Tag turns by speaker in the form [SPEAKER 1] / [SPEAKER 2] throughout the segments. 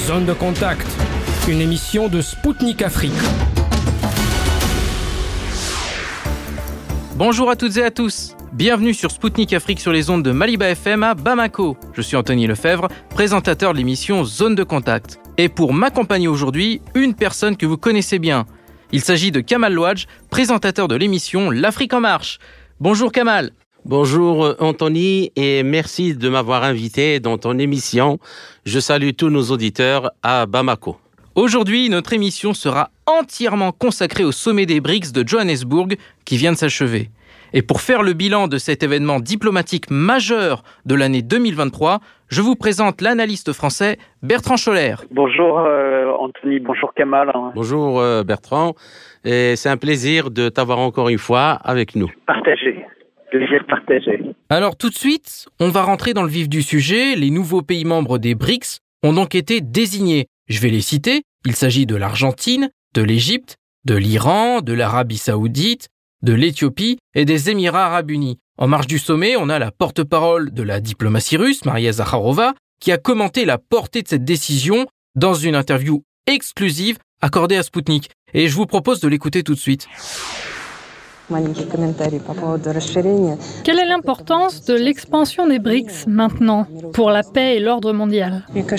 [SPEAKER 1] Zone de contact, une émission de Spoutnik Afrique.
[SPEAKER 2] Bonjour à toutes et à tous. Bienvenue sur Spoutnik Afrique sur les ondes de Maliba FM à Bamako. Je suis Anthony Lefebvre, présentateur de l'émission Zone de contact. Et pour m'accompagner aujourd'hui, une personne que vous connaissez bien. Il s'agit de Kamal Louadj, présentateur de l'émission L'Afrique en marche. Bonjour Kamal.
[SPEAKER 3] Bonjour Anthony et merci de m'avoir invité dans ton émission. Je salue tous nos auditeurs à Bamako.
[SPEAKER 2] Aujourd'hui, notre émission sera entièrement consacrée au sommet des BRICS de Johannesburg qui vient de s'achever. Et pour faire le bilan de cet événement diplomatique majeur de l'année 2023, je vous présente l'analyste français Bertrand Scholler.
[SPEAKER 4] Bonjour Anthony, bonjour Kamal.
[SPEAKER 3] Bonjour Bertrand, et c'est un plaisir de t'avoir encore une fois avec nous.
[SPEAKER 4] Plaisir partagé.
[SPEAKER 2] Alors tout de suite, on va rentrer dans le vif du sujet. Les nouveaux pays membres des BRICS ont donc été désignés. Je vais les citer. Il s'agit de l'Argentine, de l'Égypte, de l'Iran, de l'Arabie Saoudite, de l'Éthiopie et des Émirats Arabes Unis. En marge du sommet, on a la porte-parole de la diplomatie russe, Maria Zakharova, qui a commenté la portée de cette décision dans une interview exclusive accordée à Spoutnik. Et je vous propose de l'écouter tout de suite.
[SPEAKER 5] Quelle est l'importance de l'expansion des BRICS maintenant pour la paix et l'ordre mondial ?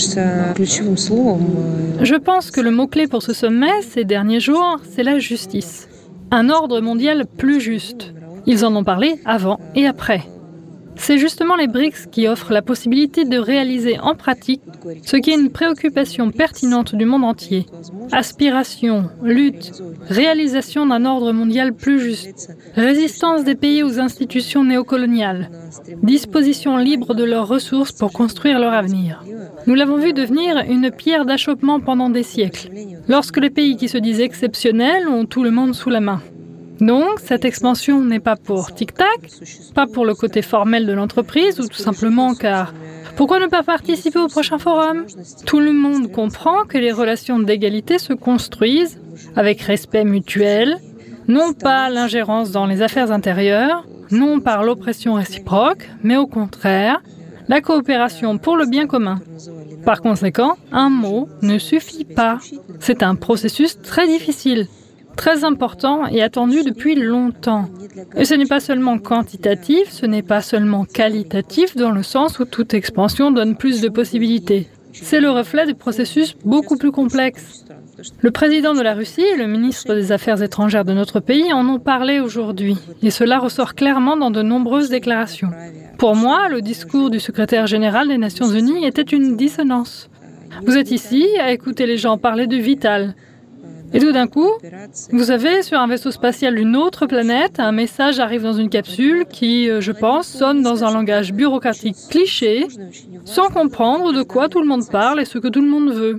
[SPEAKER 5] Je pense que le mot-clé pour ce sommet ces derniers jours, c'est la justice. Un ordre mondial plus juste. Ils en ont parlé avant et après. C'est justement les BRICS qui offrent la possibilité de réaliser en pratique ce qui est une préoccupation pertinente du monde entier. Aspiration, lutte, réalisation d'un ordre mondial plus juste, résistance des pays aux institutions néocoloniales, disposition libre de leurs ressources pour construire leur avenir. Nous l'avons vu devenir une pierre d'achoppement pendant des siècles, lorsque les pays qui se disent exceptionnels ont tout le monde sous la main. Donc, cette expansion n'est pas pour tic-tac, pas pour le côté formel de l'entreprise, ou tout simplement car pourquoi ne pas participer au prochain forum ? Tout le monde comprend que les relations d'égalité se construisent avec respect mutuel, non pas l'ingérence dans les affaires intérieures, non par l'oppression réciproque, mais au contraire, la coopération pour le bien commun. Par conséquent, un mot ne suffit pas. C'est un processus très difficile, très important et attendu depuis longtemps. Et ce n'est pas seulement quantitatif, ce n'est pas seulement qualitatif dans le sens où toute expansion donne plus de possibilités. C'est le reflet de processus beaucoup plus complexes. Le président de la Russie et le ministre des Affaires étrangères de notre pays en ont parlé aujourd'hui, et cela ressort clairement dans de nombreuses déclarations. Pour moi, le discours du secrétaire général des Nations Unies était une dissonance. Vous êtes ici à écouter les gens parler du vital. Et tout d'un coup, vous avez sur un vaisseau spatial d'une autre planète, un message arrive dans une capsule qui, je pense, sonne dans un langage bureaucratique cliché, sans comprendre de quoi tout le monde parle et ce que tout le monde veut.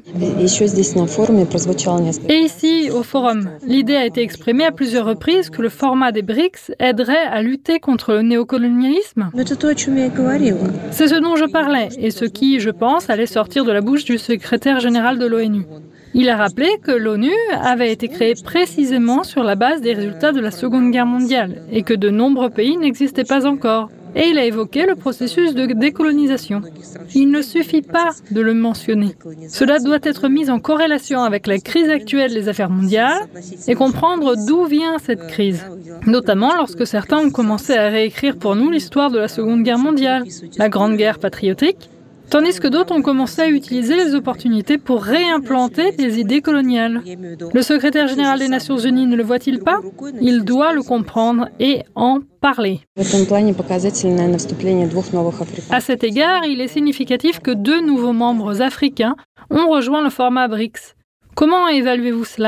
[SPEAKER 5] Et ici, au forum, l'idée a été exprimée à plusieurs reprises que le format des BRICS aiderait à lutter contre le néocolonialisme. C'est ce dont je parlais et ce qui, je pense, allait sortir de la bouche du secrétaire général de l'ONU. Il a rappelé que l'ONU avait été créée précisément sur la base des résultats de la Seconde Guerre mondiale et que de nombreux pays n'existaient pas encore. Et il a évoqué le processus de décolonisation. Il ne suffit pas de le mentionner. Cela doit être mis en corrélation avec la crise actuelle des affaires mondiales et comprendre d'où vient cette crise. Notamment lorsque certains ont commencé à réécrire pour nous l'histoire de la Seconde Guerre mondiale, la Grande Guerre patriotique, tandis que d'autres ont commencé à utiliser les opportunités pour réimplanter des idées coloniales. Le secrétaire général des Nations Unies ne le voit-il pas ? Il doit le comprendre et en parler. À cet égard, il est significatif que 2 nouveaux membres africains ont rejoint le format BRICS. Comment évaluez-vous cela ?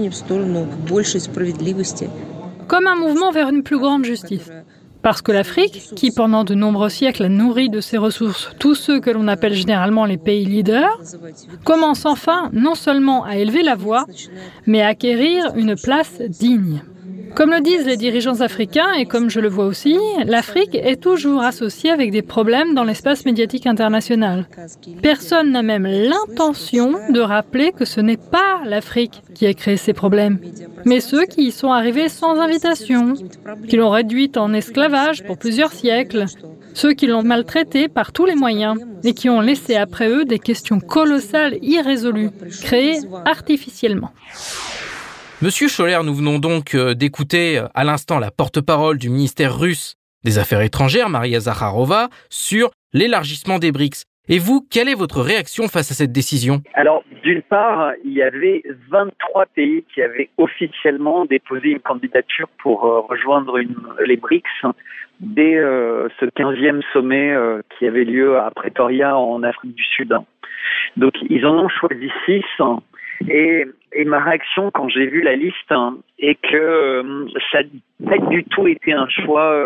[SPEAKER 5] Comme un mouvement vers une plus grande justice. Parce que l'Afrique, qui pendant de nombreux siècles a nourri de ses ressources tous ceux que l'on appelle généralement les pays leaders, commence enfin non seulement à élever la voix, mais à acquérir une place digne. Comme le disent les dirigeants africains, et comme je le vois aussi, l'Afrique est toujours associée avec des problèmes dans l'espace médiatique international. Personne n'a même l'intention de rappeler que ce n'est pas l'Afrique qui a créé ces problèmes, mais ceux qui y sont arrivés sans invitation, qui l'ont réduite en esclavage pour plusieurs siècles, Ceux qui l'ont maltraité par tous les moyens et qui ont laissé après eux des questions colossales irrésolues, créées artificiellement.
[SPEAKER 2] Monsieur Scholler, nous venons donc d'écouter à l'instant la porte-parole du ministère russe des Affaires étrangères, Maria Zakharova, sur l'élargissement des BRICS. Et vous, quelle est votre réaction face à cette décision ?
[SPEAKER 4] Alors, d'une part, il y avait 23 pays qui avaient officiellement déposé une candidature pour rejoindre les BRICS dès ce 15e sommet qui avait lieu à Pretoria en Afrique du Sud. Donc, ils en ont choisi 6. Et ma réaction quand j'ai vu la liste est que ça n'a pas du tout été un choix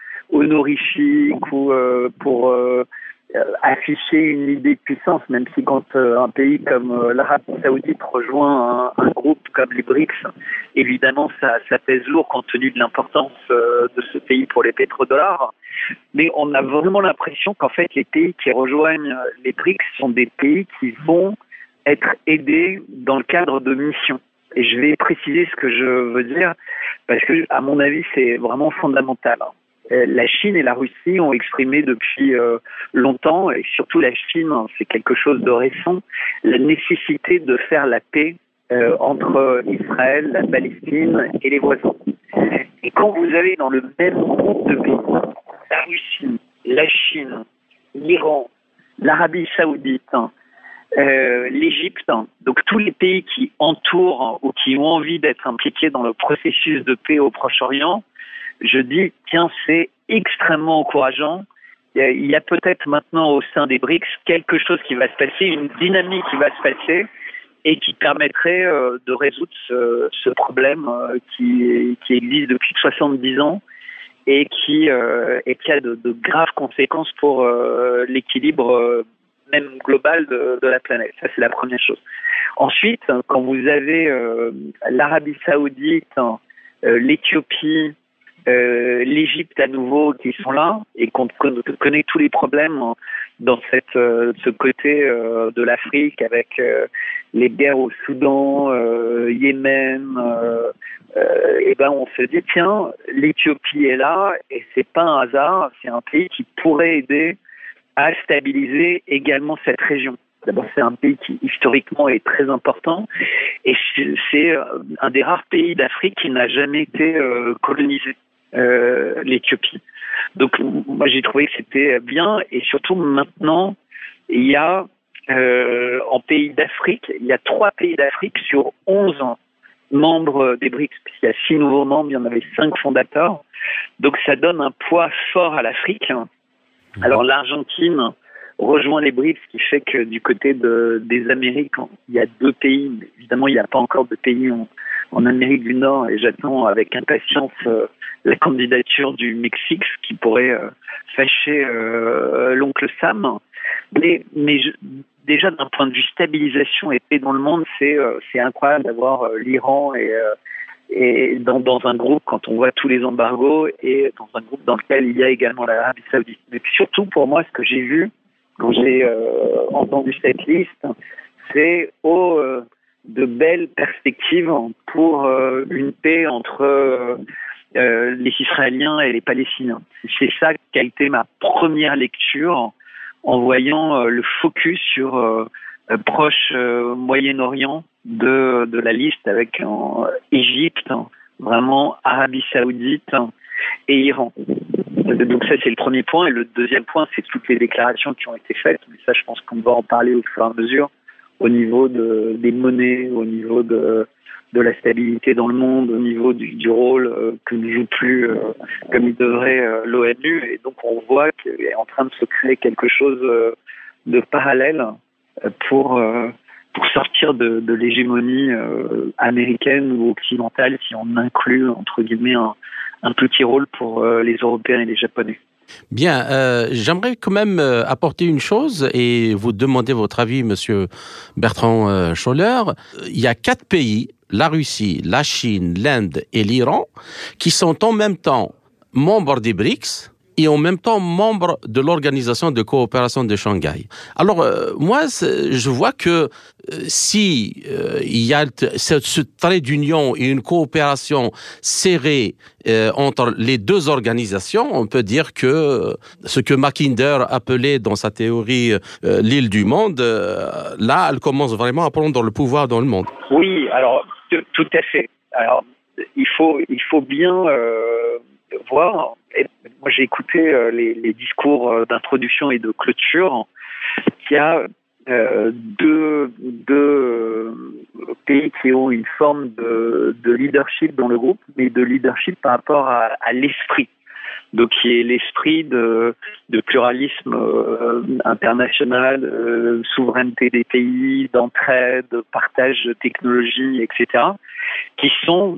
[SPEAKER 4] honorifique ou pour afficher une idée de puissance, même si quand un pays comme l'Arabie Saoudite rejoint un groupe comme les BRICS, évidemment ça pèse lourd compte tenu de l'importance de ce pays pour les pétrodollars. Mais on a vraiment l'impression qu'en fait les pays qui rejoignent les BRICS sont des pays qui vont être aidés dans le cadre de missions. Et je vais préciser ce que je veux dire, parce que, à mon avis, c'est vraiment fondamental. La Chine et la Russie ont exprimé depuis longtemps, et surtout la Chine, c'est quelque chose de récent, la nécessité de faire la paix entre Israël, la Palestine et les voisins. Et quand vous avez dans le même groupe de pays, la Russie, la Chine, l'Iran, l'Arabie Saoudite, l'Égypte, donc tous les pays qui entourent ou qui ont envie d'être impliqués dans le processus de paix au Proche-Orient, je dis, tiens, c'est extrêmement encourageant. Il y a peut-être maintenant au sein des BRICS quelque chose qui va se passer, une dynamique qui va se passer et qui permettrait de résoudre ce problème qui existe depuis 70 ans et qui a de graves conséquences pour l'équilibre même global de la planète. Ça, c'est la première chose. Ensuite, quand vous avez l'Arabie Saoudite, l'Éthiopie, l'Égypte à nouveau qui sont là et qu'on connaît tous les problèmes dans ce côté de l'Afrique avec les guerres au Soudan, Yémen, et ben on se dit tiens, l'Éthiopie est là et c'est pas un hasard, c'est un pays qui pourrait aider à stabiliser également cette région. D'abord, c'est un pays qui, historiquement, est très important et c'est un des rares pays d'Afrique qui n'a jamais été colonisé, l'Éthiopie. Donc, moi, j'ai trouvé que c'était bien et surtout, maintenant, il y a en pays d'Afrique, il y a 3 pays d'Afrique sur 11 membres des BRICS. Puisqu'il y a 6 nouveaux membres, il y en avait 5 fondateurs. Donc, ça donne un poids fort à l'Afrique. Alors l'Argentine rejoint les BRICS, ce qui fait que du côté des Amériques, il y a 2 pays, mais évidemment il n'y a pas encore de pays en Amérique du Nord et j'attends avec impatience la candidature du Mexique, ce qui pourrait fâcher l'oncle Sam. Mais déjà d'un point de vue stabilisation et paix dans le monde, c'est incroyable d'avoir l'Iran et dans un groupe, quand on voit tous les embargos, et dans un groupe dans lequel il y a également l'Arabie Saoudite. Mais surtout, pour moi, ce que j'ai vu, quand j'ai entendu cette liste, c'est de belles perspectives pour une paix entre les Israéliens et les Palestiniens. C'est ça qui a été ma première lecture en voyant le focus sur proche Moyen-Orient de la liste avec Égypte, vraiment Arabie Saoudite et Iran. Donc ça, c'est le premier point. Et le deuxième point, c'est toutes les déclarations qui ont été faites. Mais ça, je pense qu'on va en parler au fur et à mesure au niveau des monnaies, au niveau de la stabilité dans le monde, au niveau du rôle que ne joue plus comme il devrait l'ONU. Et donc, on voit qu'il est en train de se créer quelque chose de parallèle pour sortir de l'hégémonie américaine ou occidentale, si on inclut, entre guillemets, un petit rôle pour les Européens et les Japonais.
[SPEAKER 3] Bien, j'aimerais quand même apporter une chose et vous demander votre avis, Monsieur Bertrand Scholler. Il y a 4 pays, la Russie, la Chine, l'Inde et l'Iran, qui sont en même temps membres des BRICS et en même temps membre de l'Organisation de coopération de Shanghai. Alors, moi, je vois que si il y a ce trait d'union et une coopération serrée entre les deux organisations, on peut dire que ce que Mackinder appelait dans sa théorie l'île du monde, là, elle commence vraiment à prendre le pouvoir dans le monde.
[SPEAKER 4] Oui, alors tout à fait. Alors il faut bien voir. Et moi, j'ai écouté les discours d'introduction et de clôture. Il y a deux pays qui ont une forme de leadership dans le groupe, mais de leadership par rapport à l'esprit. Donc, qui est l'esprit de pluralisme international, souveraineté des pays, d'entraide, partage de technologies, etc., qui sont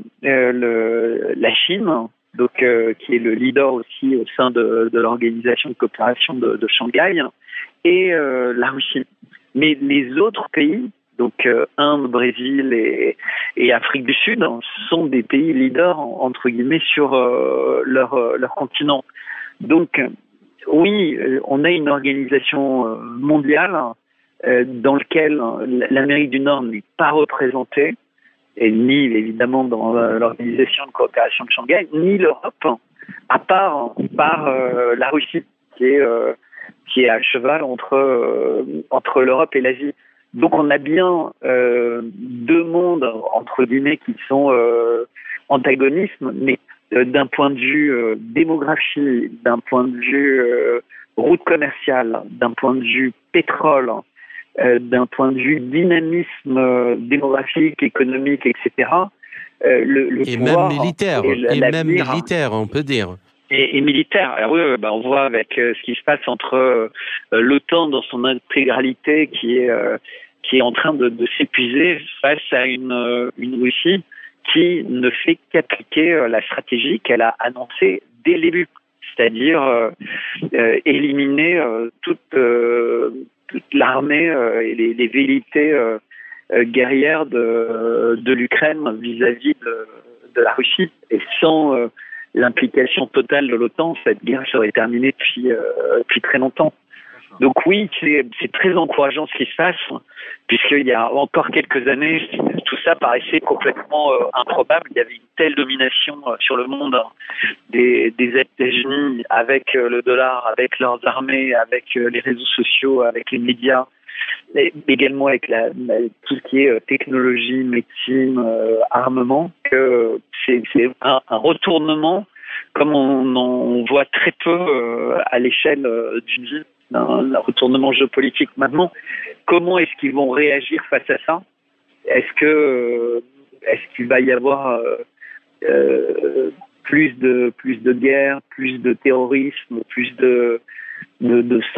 [SPEAKER 4] la Chine, donc qui est le leader aussi au sein de l'organisation de coopération de Shanghai, et la Russie. Mais les autres pays, donc Inde, Brésil et Afrique du Sud, sont des pays leaders, entre guillemets, sur leur continent. Donc, oui, on a une organisation mondiale dans laquelle l'Amérique du Nord n'est pas représentée, et ni évidemment dans l'organisation de coopération de Shanghai, ni l'Europe, à part par la Russie, qui est à cheval entre l'Europe et l'Asie. Donc on a bien deux mondes, entre guillemets, qui sont antagonistes, mais d'un point de vue démographie, d'un point de vue route commerciale, d'un point de vue pétrole, d'un point de vue dynamisme démographique, économique, etc. Le
[SPEAKER 3] et
[SPEAKER 4] pouvoir,
[SPEAKER 3] même militaire, militaire, on peut dire.
[SPEAKER 4] Et militaire. Alors oui, on voit avec ce qui se passe entre l'OTAN dans son intégralité qui est en train de s'épuiser face à une Russie qui ne fait qu'appliquer la stratégie qu'elle a annoncée dès le début, c'est-à-dire éliminer toute l'armée et les velléités guerrières de l'Ukraine vis-à-vis de la Russie. Et sans l'implication totale de l'OTAN, cette guerre serait terminée depuis très longtemps. Donc oui, c'est très encourageant ce qui se passe, puisqu'il y a encore quelques années, tout ça paraissait complètement improbable. Il y avait une telle domination sur le monde des États-Unis avec le dollar, avec leurs armées, avec les réseaux sociaux, avec les médias, et également avec tout ce qui est technologie, médecine, armement, que c'est un retournement comme on voit très peu à l'échelle d'une ville. Un retournement géopolitique. Maintenant, comment est-ce qu'ils vont réagir face à ça ? Est-ce qu'il va y avoir plus de guerres, plus de terrorisme, plus de sanctions ?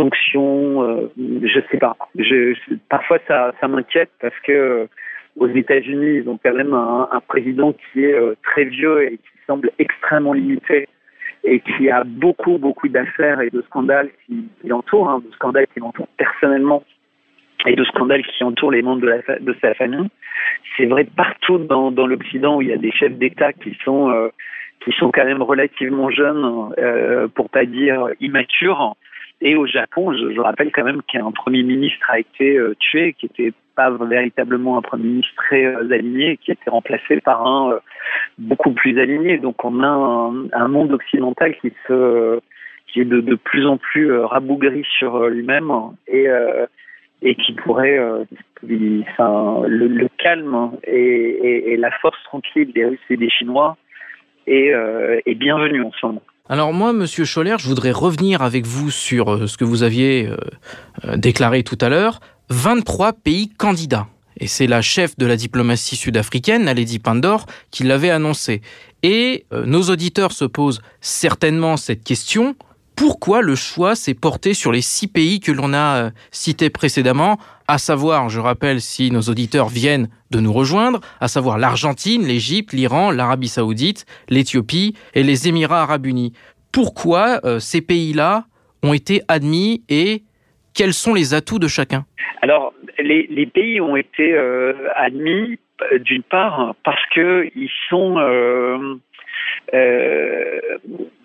[SPEAKER 4] Je sais pas. Parfois, ça m'inquiète parce que aux États-Unis, ils ont quand même un président qui est très vieux et qui semble extrêmement limité, et qui a beaucoup d'affaires et de scandales qui l'entourent, de scandales qui l'entourent personnellement et de scandales qui entourent les membres de sa famille. C'est vrai partout dans l'Occident où il y a des chefs d'État qui sont quand même relativement jeunes, pour pas dire immatures. Et au Japon, je rappelle quand même qu'un Premier ministre a été tué, qui n'était pas véritablement un Premier ministre très aligné, qui a été remplacé par un beaucoup plus aligné. Donc on a un monde occidental qui est de plus en plus rabougri sur lui-même et qui pourrait le calme et la force tranquille des Russes et des Chinois est bienvenue en ce moment.
[SPEAKER 2] Alors moi, Monsieur Scholler, je voudrais revenir avec vous sur ce que vous aviez déclaré tout à l'heure. 23 pays candidats. Et c'est la chef de la diplomatie sud-africaine, Naledi Pandor, qui l'avait annoncé. Et nos auditeurs se posent certainement cette question. Pourquoi le choix s'est porté sur les 6 pays que l'on a cités précédemment, à savoir, je rappelle si nos auditeurs viennent de nous rejoindre, à savoir l'Argentine, l'Égypte, l'Iran, l'Arabie Saoudite, l'Éthiopie et les Émirats Arabes Unis. Pourquoi ces pays-là ont été admis et quels sont les atouts de chacun ?
[SPEAKER 4] Alors, les pays ont été admis, d'une part, parce qu'ils sont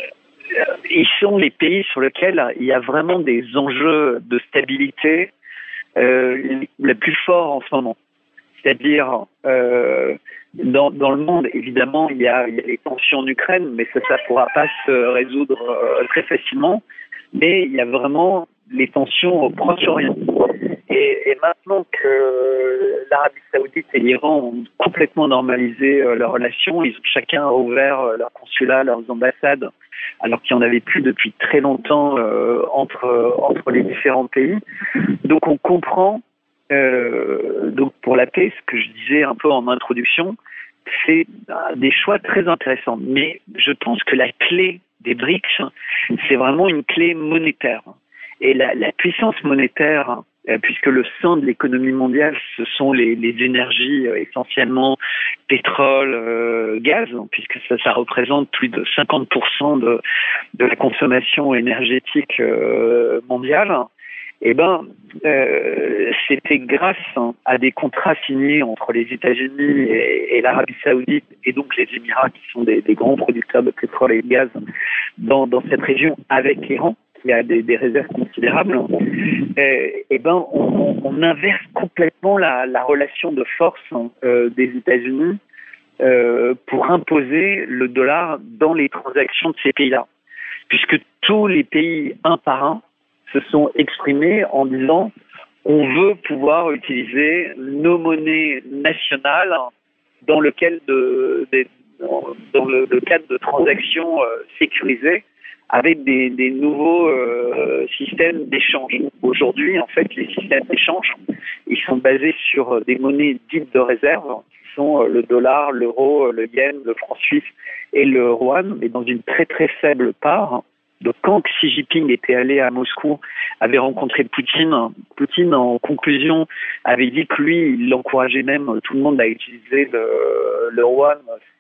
[SPEAKER 4] ils sont les pays sur lesquels il y a vraiment des enjeux de stabilité les plus forts en ce moment. C'est-à-dire, dans le monde, évidemment, il y a les tensions en Ukraine, mais ça ne pourra pas se résoudre très facilement. Mais il y a vraiment les tensions au Proche-Orient. Et maintenant que l'Arabie Saoudite et l'Iran ont complètement normalisé leurs relations, ils ont chacun ouvert leurs consulats, leurs ambassades, alors qu'il n'y en avait plus depuis très longtemps entre les différents pays. Donc on comprend, donc pour la paix, ce que je disais un peu en introduction, c'est des choix très intéressants. Mais je pense que la clé des BRICS, c'est vraiment une clé monétaire. Et la puissance monétaire, puisque le sein de l'économie mondiale, ce sont les énergies essentiellement pétrole, gaz, puisque ça représente plus de 50% de la consommation énergétique mondiale. Eh ben, c'était grâce à des contrats signés entre les États-Unis et l'Arabie Saoudite et donc les Émirats, qui sont des grands producteurs de pétrole et de gaz dans cette région, avec l'Iran, qui a des réserves considérables. Eh ben, on inverse complètement la relation de force des États-Unis pour imposer le dollar dans les transactions de ces pays-là, puisque tous les pays, un par un, se sont exprimés en disant on veut pouvoir utiliser nos monnaies nationales dans le cadre de cadre de transactions sécurisées avec des nouveaux systèmes d'échange. Aujourd'hui, en fait, les systèmes d'échange, ils sont basés sur des monnaies dites de réserve, qui sont le dollar, l'euro, le yen, le franc suisse et le yuan, mais dans une très très faible part. Donc, quand Xi Jinping était allé à Moscou, avait rencontré Poutine, en conclusion, avait dit que lui, il encourageait même tout le monde à utiliser le yuan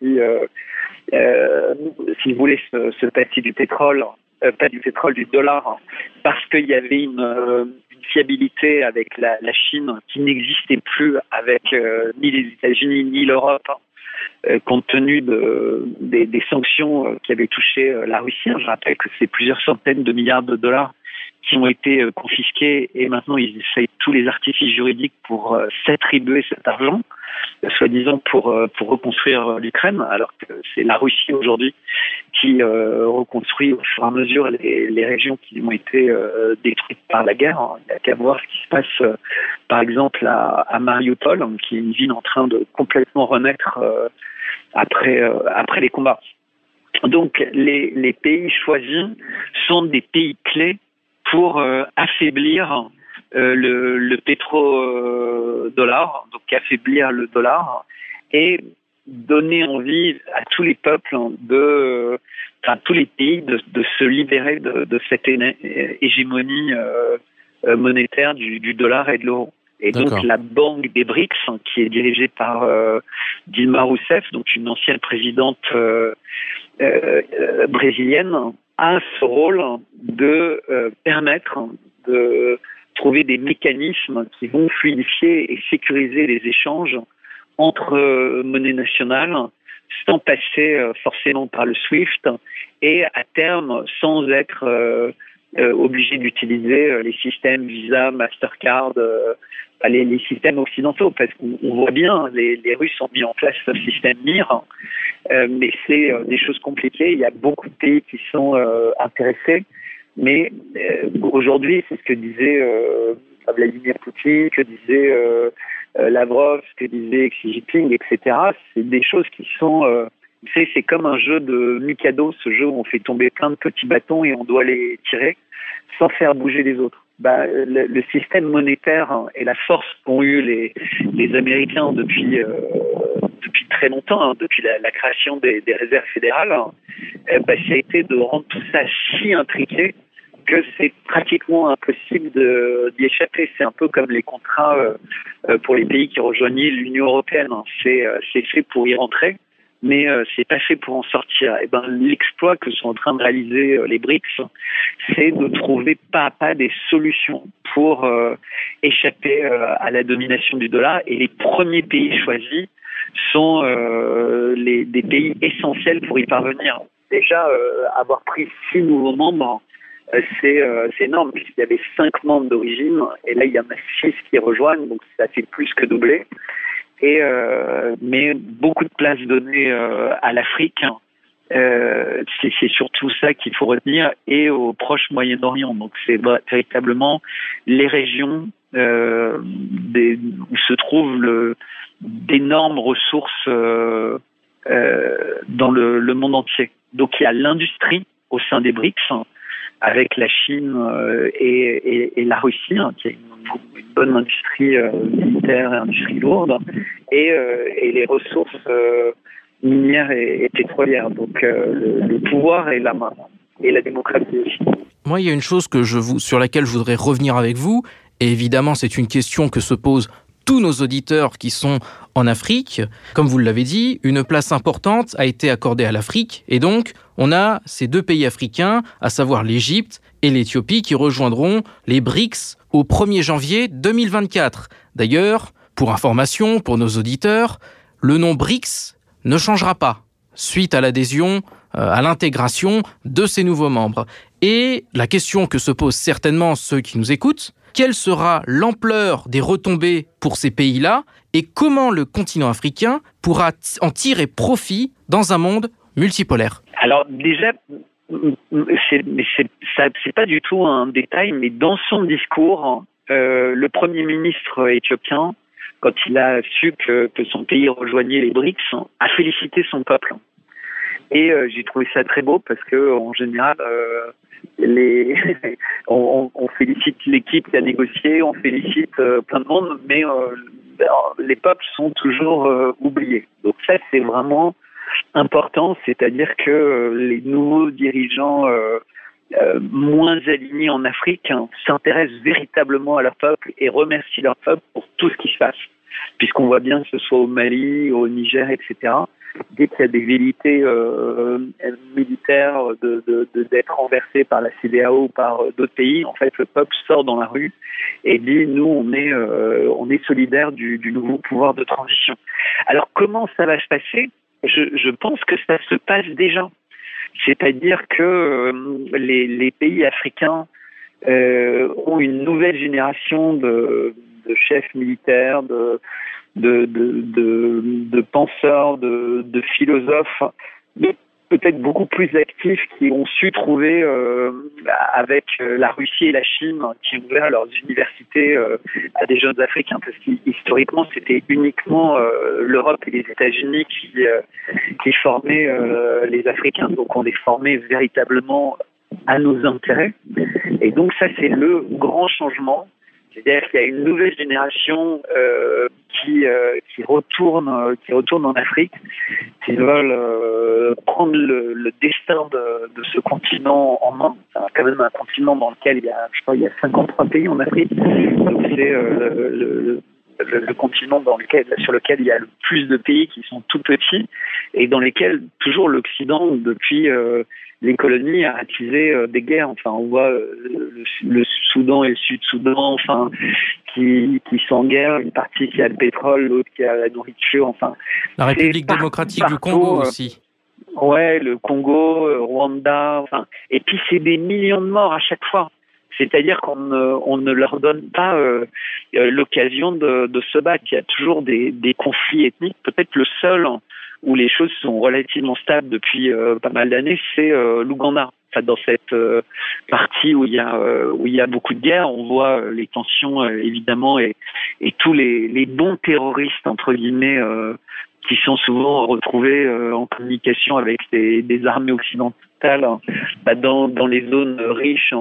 [SPEAKER 4] s'il voulait se passer du pétrole, du dollar, parce qu'il y avait une fiabilité avec la Chine qui n'existait plus avec ni les États-Unis ni l'Europe. Compte tenu des sanctions qui avaient touché la Russie. Je rappelle que c'est plusieurs centaines de milliards de dollars qui ont été confisqués et maintenant ils essayent tous les artifices juridiques pour s'attribuer cet argent, soi-disant pour reconstruire l'Ukraine, alors que c'est la Russie aujourd'hui qui reconstruit au fur et à mesure les régions qui ont été détruites par la guerre. Il n'y a qu'à voir ce qui se passe, par exemple, à Mariupol, qui est une ville en train de complètement renaître après les combats. Donc, les pays choisis sont des pays clés pour affaiblir le pétrodollar, donc affaiblir le dollar et donner envie à tous les peuples tous les pays de se libérer de cette hégémonie monétaire du dollar et de l'euro. Et
[SPEAKER 3] D'accord.
[SPEAKER 4] donc la banque des BRICS, qui est dirigée par Dilma Rousseff, donc une ancienne présidente brésilienne, a ce rôle de permettre de trouver des mécanismes qui vont fluidifier et sécuriser les échanges entre monnaies nationales sans passer forcément par le SWIFT et à terme sans être obligé d'utiliser les systèmes Visa, Mastercard, les systèmes occidentaux, parce qu'on voit bien, les Russes ont mis en place ce système MIR, mais c'est des choses compliquées. Il y a beaucoup de pays qui sont intéressés, mais aujourd'hui, c'est ce que disait Vladimir Poutine, que disait Lavrov, ce que disait Xi Jinping, etc. C'est des choses qui sont... c'est comme un jeu de Mikado, ce jeu où on fait tomber plein de petits bâtons et on doit les tirer sans faire bouger les autres. Le système monétaire et la force qu'ont eu les Américains depuis très longtemps, depuis la création des réserves fédérales, ça a été de rendre tout ça si intriqué que c'est pratiquement impossible d'y échapper. C'est un peu comme les contrats pour les pays qui rejoignaient l'Union européenne. C'est fait pour y rentrer, mais c'est pas fait pour en sortir. Et l'exploit que sont en train de réaliser les BRICS, c'est de trouver pas à pas des solutions pour échapper à la domination du dollar. Et les premiers pays choisis sont des pays essentiels pour y parvenir. déjà avoir pris 6 nouveaux membres, c'est énorme, puisqu'il y avait 5 membres d'origine, et là il y en a 6 qui rejoignent, donc ça fait plus que doubler. Mais beaucoup de place donnée à l'Afrique, c'est surtout ça qu'il faut retenir, et au Proche Moyen-Orient. Donc c'est véritablement les régions où se trouvent d'énormes ressources dans le monde entier. Donc il y a l'industrie au sein des BRICS, avec la Chine et la Russie, qui a une bonne industrie militaire et industrie lourde, et les ressources minières et pétrolières. Donc le pouvoir est la main, et la démocratie aussi.
[SPEAKER 2] Moi, il y a une chose sur laquelle je voudrais revenir avec vous, et évidemment c'est une question que se posent tous nos auditeurs qui sont en Afrique. Comme vous l'avez dit, une place importante a été accordée à l'Afrique, et donc on a ces 2 pays africains, à savoir l'Égypte et l'Éthiopie, qui rejoindront les BRICS au 1er janvier 2024. D'ailleurs, pour information, pour nos auditeurs, le nom BRICS ne changera pas suite à l'adhésion, à l'intégration de ces nouveaux membres. Et la question que se posent certainement ceux qui nous écoutent, quelle sera l'ampleur des retombées pour ces pays-là et comment le continent africain pourra en tirer profit dans un monde multipolaire?
[SPEAKER 4] Alors déjà, c'est pas du tout un détail, mais dans son discours, le Premier ministre éthiopien, quand il a su que son pays rejoignait les BRICS, a félicité son peuple. Et j'ai trouvé ça très beau parce que en général, on félicite l'équipe qui a négocié, on félicite plein de monde, mais les peuples sont toujours oubliés. Donc ça, c'est vraiment important, c'est-à-dire que les nouveaux dirigeants moins alignés en Afrique s'intéressent véritablement à leur peuple et remercient leur peuple pour tout ce qui se passe. Puisqu'on voit bien que ce soit au Mali, au Niger, etc., dès qu'il y a des velléités militaires d'être renversées par la CEDEAO ou par d'autres pays, en fait, le peuple sort dans la rue et dit nous, on est solidaires du nouveau pouvoir de transition. Alors, comment ça va se passer ? Je pense que ça se passe déjà. C'est-à-dire que les pays africains ont une nouvelle génération de chefs militaires, de penseurs, de philosophes, mais peut-être beaucoup plus actifs, qui ont su trouver avec la Russie et la Chine, qui ont ouvert leurs universités à des jeunes Africains, parce qu'historiquement c'était uniquement l'Europe et les États-Unis qui formaient les Africains, donc on les formait véritablement à nos intérêts. Et donc ça, c'est le grand changement. C'est-à-dire qu'il y a une nouvelle génération qui retourne en Afrique, qui veulent prendre le destin de ce continent en main. C'est quand même un continent dans lequel il y a 53 pays en Afrique. Donc c'est le continent sur lequel il y a le plus de pays qui sont tout petits et dans lesquels toujours l'Occident, depuis les colonies, a attisé des guerres. Enfin, on voit le Soudan et le Sud-Soudan, enfin, qui sont en guerre. Une partie qui a le pétrole, l'autre qui a la nourriture. Enfin,
[SPEAKER 2] la République démocratique du Congo aussi.
[SPEAKER 4] Ouais, le Congo, Rwanda. Enfin, et puis c'est des millions de morts à chaque fois. C'est-à-dire qu'on ne leur donne pas l'occasion de se battre. Il y a toujours des conflits ethniques. Peut-être le seul où les choses sont relativement stables depuis pas mal d'années, c'est l'Ouganda. Enfin, dans cette partie où il y a beaucoup de guerres, on voit les tensions évidemment et tous les bons terroristes entre guillemets qui sont souvent retrouvés en communication avec des armées occidentales dans les zones riches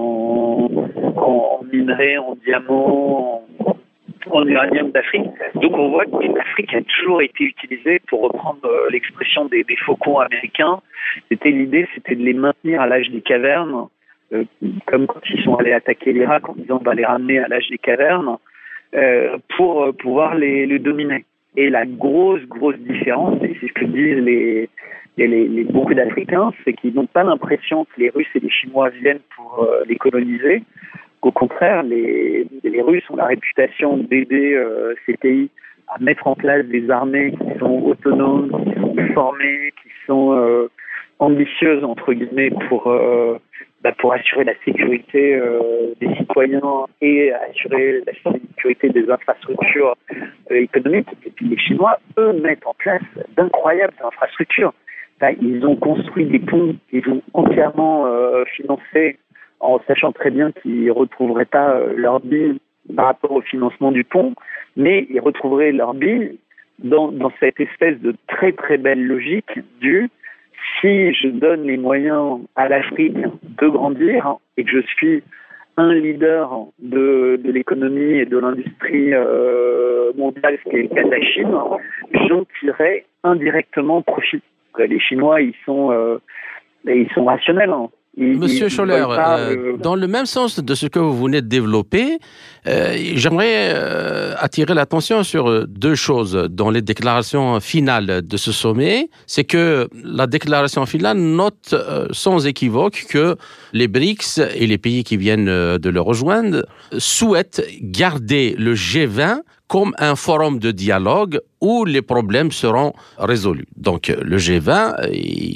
[SPEAKER 4] en minerais, en diamants, en uranium d'Afrique. Donc on voit que l'Afrique a toujours été utilisée, pour reprendre l'expression des faucons américains, l'idée c'était de les maintenir à l'âge des cavernes, comme quand ils sont allés attaquer l'Irak en disant on va les ramener à l'âge des cavernes, pour pouvoir les dominer. Et la grosse différence, et c'est ce que disent beaucoup d'Africains, c'est qu'ils n'ont pas l'impression que les Russes et les Chinois viennent pour les coloniser. Au contraire, les Russes ont la réputation d'aider ces pays à mettre en place des armées qui sont autonomes, qui sont formées, ambitieuse entre guillemets pour assurer la sécurité des citoyens et assurer la sécurité des infrastructures économiques. Et puis les Chinois, eux, mettent en place d'incroyables infrastructures. Ils ont construit des ponts qu'ils ont entièrement financés en sachant très bien qu'ils ne retrouveraient pas leur bille par rapport au financement du pont, mais ils retrouveraient leur bille dans cette espèce de très très belle logique du si je donne les moyens à l'Afrique de grandir et que je suis un leader de l'économie et de l'industrie mondiale, ce qui est le cas de la Chine, j'en tirerai indirectement profit. Les Chinois, ils sont rationnels.
[SPEAKER 3] Monsieur Scholler, dans le même sens de ce que vous venez de développer, j'aimerais attirer l'attention sur deux choses dans les déclarations finales de ce sommet. C'est que la déclaration finale note sans équivoque que les BRICS et les pays qui viennent de le rejoindre souhaitent garder le G20 comme un forum de dialogue où les problèmes seront résolus. Donc, le G20,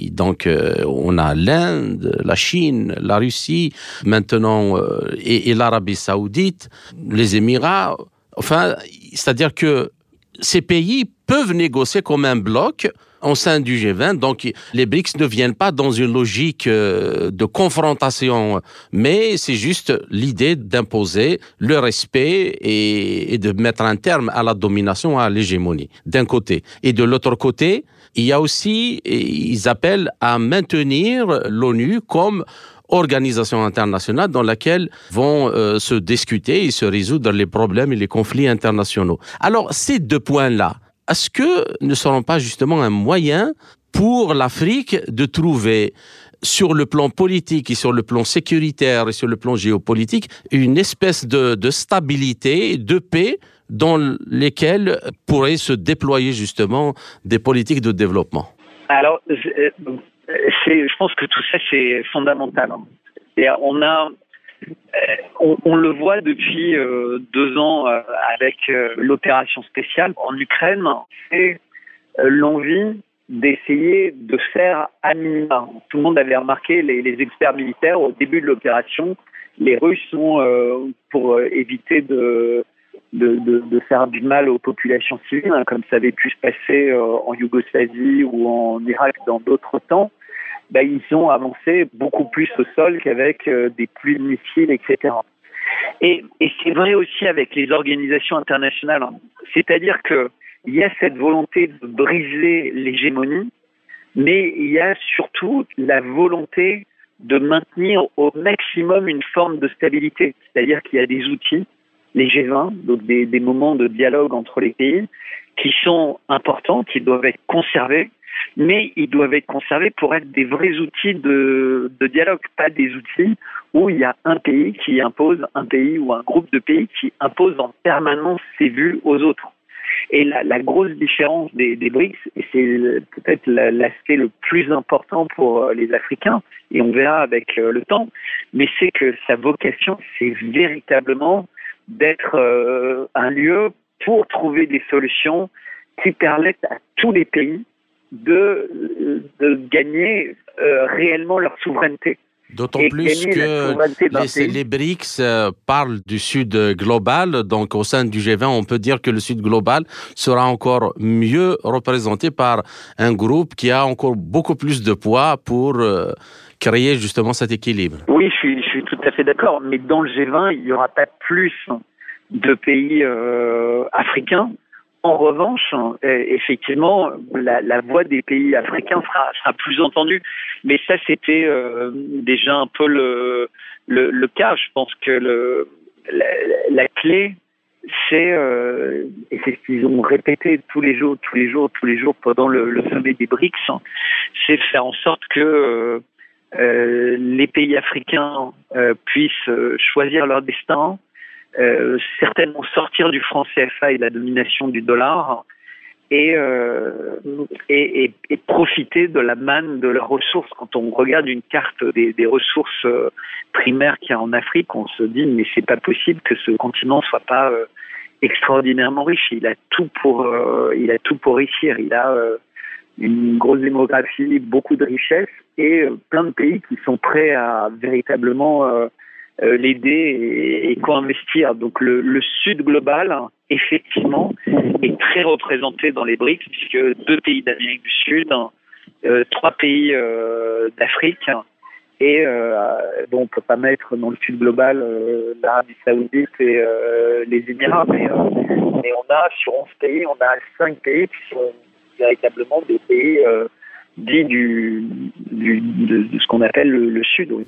[SPEAKER 3] on a l'Inde, la Chine, la Russie, maintenant, et l'Arabie Saoudite, les Émirats. Enfin, c'est-à-dire que ces pays peuvent négocier comme un bloc au sein du G20. Donc, les BRICS ne viennent pas dans une logique de confrontation, mais c'est juste l'idée d'imposer le respect et de mettre un terme à la domination, à l'hégémonie, d'un côté. Et de l'autre côté, il y a aussi, ils appellent à maintenir l'ONU comme organisation internationale dans laquelle vont se discuter et se résoudre les problèmes et les conflits internationaux. Alors, ces deux points-là, est-ce que ne seront pas justement un moyen pour l'Afrique de trouver, sur le plan politique et sur le plan sécuritaire et sur le plan géopolitique, une espèce de stabilité, de paix dans lesquelles pourraient se déployer justement des politiques de développement?
[SPEAKER 4] Alors, je pense que tout ça, c'est fondamental. Et on le voit depuis 2 ans avec l'opération spéciale en Ukraine, c'est l'envie d'essayer de faire à minima. Tout le monde avait remarqué, les experts militaires, au début de l'opération, les Russes sont, pour éviter de faire du mal aux populations civiles, comme ça avait pu se passer en Yougoslavie ou en Irak dans d'autres temps, ils ont avancé beaucoup plus au sol qu'avec des pluies de missiles, etc. Et c'est vrai aussi avec les organisations internationales. C'est-à-dire qu'il y a cette volonté de briser l'hégémonie, mais il y a surtout la volonté de maintenir au maximum une forme de stabilité. C'est-à-dire qu'il y a des outils, les G20, donc des moments de dialogue entre les pays, qui sont importants, qui doivent être conservés, mais ils doivent être conservés pour être des vrais outils de dialogue, pas des outils où il y a un pays qui impose, un pays ou un groupe de pays qui impose en permanence ses vues aux autres. Et la grosse différence des BRICS, et c'est peut-être l'aspect le plus important pour les Africains, et on verra avec le temps, mais c'est que sa vocation, c'est véritablement d'être un lieu pour trouver des solutions qui permettent à tous les pays de gagner réellement leur souveraineté.
[SPEAKER 3] D'autant plus que les BRICS parlent du Sud global, donc au sein du G20, on peut dire que le Sud global sera encore mieux représenté par un groupe qui a encore beaucoup plus de poids pour créer justement cet équilibre.
[SPEAKER 4] Oui, je suis tout à fait d'accord, mais dans le G20, il n'y aura pas plus de pays africains. En revanche, effectivement, la voix des pays africains sera plus entendue. Mais ça, c'était déjà un peu le cas. Je pense que la clé, c'est et c'est ce qu'ils ont répété tous les jours pendant le sommet des BRICS, c'est de faire en sorte que les pays africains puissent choisir leur destin. Certainement sortir du franc CFA et de la domination du dollar et profiter de la manne de leurs ressources. Quand on regarde une carte des ressources primaires qu'il y a en Afrique, on se dit mais c'est pas possible que ce continent soit pas extraordinairement riche. Il a tout pour réussir. Il a une grosse démographie, beaucoup de richesses et plein de pays qui sont prêts à véritablement l'aider et co-investir. Donc le Sud global, effectivement, est très représenté dans les BRICS, puisque 2 pays d'Amérique du Sud, 3 pays d'Afrique, et bon, on peut pas mettre dans le Sud global l'Arabie Saoudite et les Émirats, mais on a sur 11 pays, on a 5 pays qui sont véritablement des pays dits de ce qu'on appelle le Sud. Oui.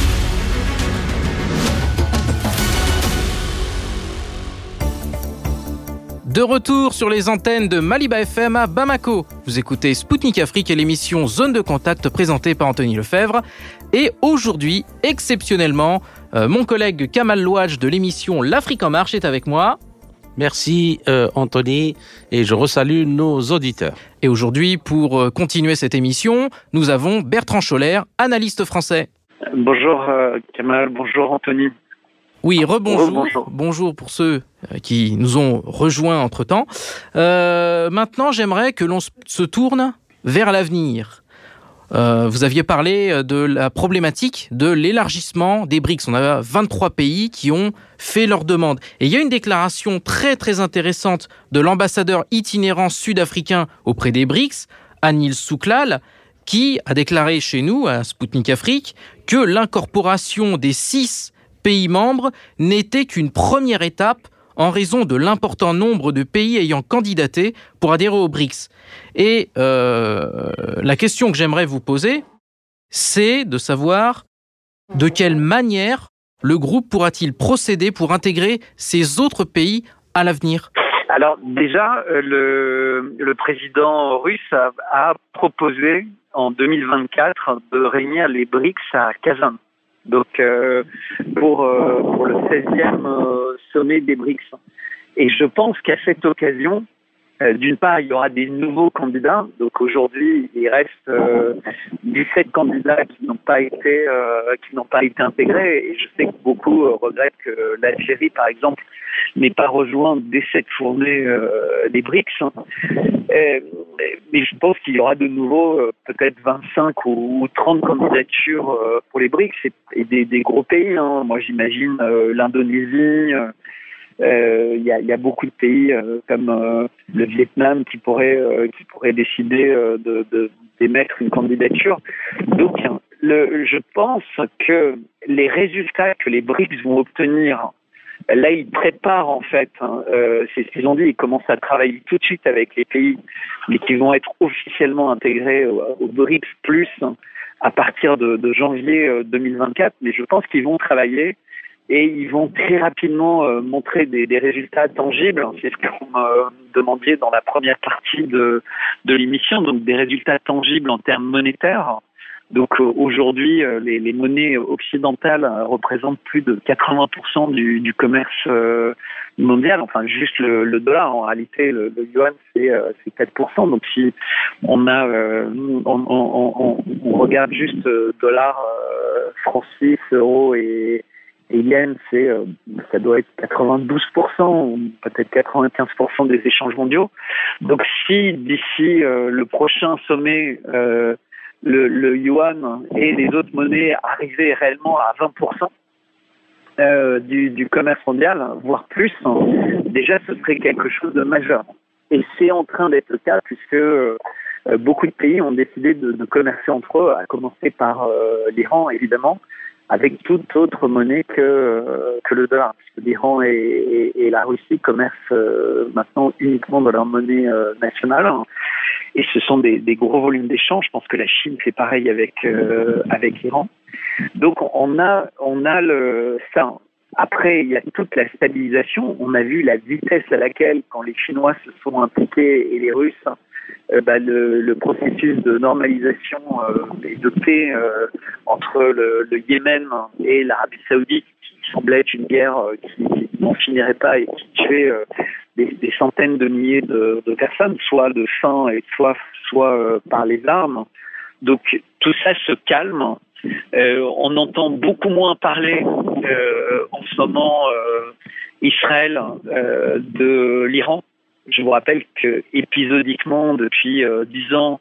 [SPEAKER 2] De retour sur les antennes de Maliba FM à Bamako. Vous écoutez Spoutnik Afrique et l'émission Zone de Contact présentée par Anthony Lefebvre. Et aujourd'hui, exceptionnellement, mon collègue Kamal Louadj de l'émission L'Afrique en marche est avec moi.
[SPEAKER 3] Merci Anthony, et je resalue nos auditeurs.
[SPEAKER 2] Et aujourd'hui, pour continuer cette émission, nous avons Bertrand Scholler, analyste français.
[SPEAKER 4] Bonjour Kamal, bonjour Anthony.
[SPEAKER 2] Oui, rebonjour. Bonjour pour ceux qui nous ont rejoints entre-temps. Maintenant, j'aimerais que l'on se tourne vers l'avenir. Vous aviez parlé de la problématique de l'élargissement des BRICS. On a 23 pays qui ont fait leur demande. Et il y a une déclaration très très intéressante de l'ambassadeur itinérant sud-africain auprès des BRICS, Anil Souklal, qui a déclaré chez nous, à Spoutnik Afrique, que l'incorporation des 6 pays membres n'était qu'une première étape en raison de l'important nombre de pays ayant candidaté pour adhérer aux BRICS. Et la question que j'aimerais vous poser, c'est de savoir de quelle manière le groupe pourra-t-il procéder pour intégrer ces autres pays à l'avenir ?
[SPEAKER 4] Alors déjà, le président russe a proposé en 2024 de réunir les BRICS à Kazan. Donc pour le 16e sommet des BRICS. Et je pense qu'à cette occasion, d'une part, il y aura des nouveaux candidats. Donc aujourd'hui, il reste 17 candidats qui n'ont pas été intégrés. Et je sais que beaucoup regrettent que l'Algérie, par exemple, n'ait pas rejoint dès cette journée des BRICS. Mais je pense qu'il y aura de nouveau peut-être 25 ou 30 candidatures pour les BRICS et des gros pays. Hein. Moi, j'imagine l'Indonésie. Il y a beaucoup de pays comme le Vietnam qui pourraient décider d'émettre une candidature. Donc, je pense que les résultats que les BRICS vont obtenir, là, ils préparent en fait, c'est ce qu'ils ont dit, ils commencent à travailler tout de suite avec les pays, mais qui vont être officiellement intégrés au BRICS plus à partir de janvier 2024. Mais je pense qu'ils vont travailler et ils vont très rapidement montrer des résultats tangibles. C'est ce que vous me demandiez dans la première partie de l'émission, donc des résultats tangibles en termes monétaires. Donc aujourd'hui, les monnaies occidentales représentent plus de 80% du commerce mondial. Enfin, juste le dollar. En réalité, le yuan, c'est 4%. Donc si on regarde juste dollar, franc suisse, euro et yen, ça doit être 92% ou peut-être 95% des échanges mondiaux. Donc si d'ici le prochain sommet, le yuan et les autres monnaies arrivaient réellement à 20% du commerce mondial, voire plus, déjà ce serait quelque chose de majeur. Et c'est en train d'être le cas puisque beaucoup de pays ont décidé de commercer entre eux, à commencer par l'Iran évidemment, avec toute autre monnaie que le dollar, puisque l'Iran et la Russie commercent maintenant uniquement dans leur monnaie nationale. Et ce sont des gros volumes d'échanges. Je pense que la Chine fait pareil avec l'Iran. Donc on a ça. Après, il y a toute la stabilisation. On a vu la vitesse à laquelle, quand les Chinois se sont impliqués et les Russes, le processus de normalisation et de paix entre le Yémen et l'Arabie Saoudite, qui semblait être une guerre qui n'en finirait pas et qui tuait des centaines de milliers de personnes, soit de faim et soit par les armes. Donc tout ça se calme. On entend beaucoup moins parler en ce moment Israël de l'Iran. Je vous rappelle que épisodiquement, depuis 10 ans,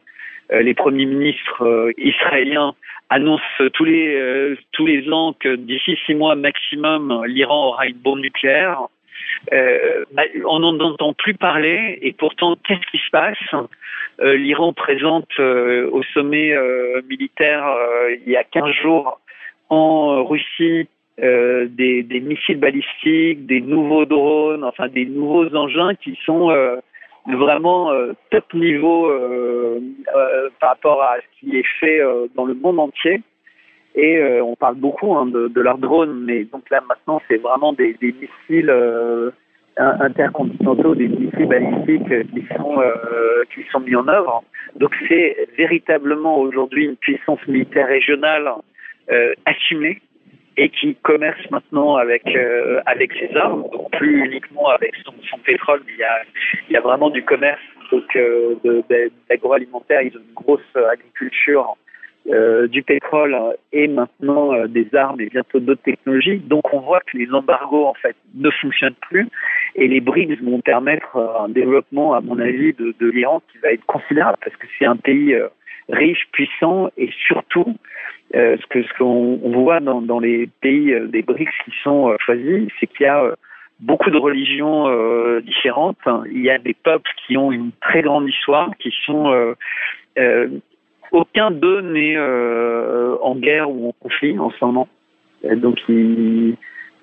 [SPEAKER 4] les premiers ministres israéliens annoncent tous les ans que d'ici 6 mois maximum, l'Iran aura une bombe nucléaire. On n'en entend plus parler, et pourtant, qu'est-ce qui se passe? L'Iran présente au sommet militaire il y a 15 jours en Russie des missiles balistiques, des nouveaux drones, enfin des nouveaux engins qui sont vraiment top niveau par rapport à ce qui est fait dans le monde entier. Et on parle beaucoup de leurs drones, mais donc là maintenant c'est vraiment des missiles intercontinentaux, des missiles balistiques qui sont mis en œuvre. Donc c'est véritablement aujourd'hui une puissance militaire régionale assumée et qui commerce maintenant avec ses armes, donc plus uniquement avec son pétrole, mais il y a vraiment du commerce d'agroalimentaire. Ils ont une grosse agriculture du pétrole et maintenant des armes et bientôt d'autres technologies. Donc on voit que les embargos en fait ne fonctionnent plus et les BRICS vont permettre un développement, à mon avis, de l'Iran qui va être considérable parce que c'est un pays riche, puissant et surtout ce qu'on voit dans les pays des BRICS qui sont choisis, c'est qu'il y a beaucoup de religions différentes. Il y a des peuples qui ont une très grande histoire, qui sont aucun d'eux n'est en guerre ou en conflit en ce moment. Donc ils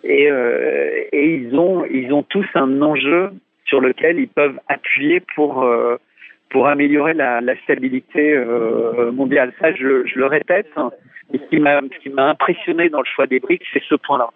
[SPEAKER 4] ont tous un enjeu sur lequel ils peuvent appuyer pour améliorer la stabilité mondiale. Ça, je le répète. Et ce qui m'a impressionné dans le choix des BRICS, c'est ce point-là.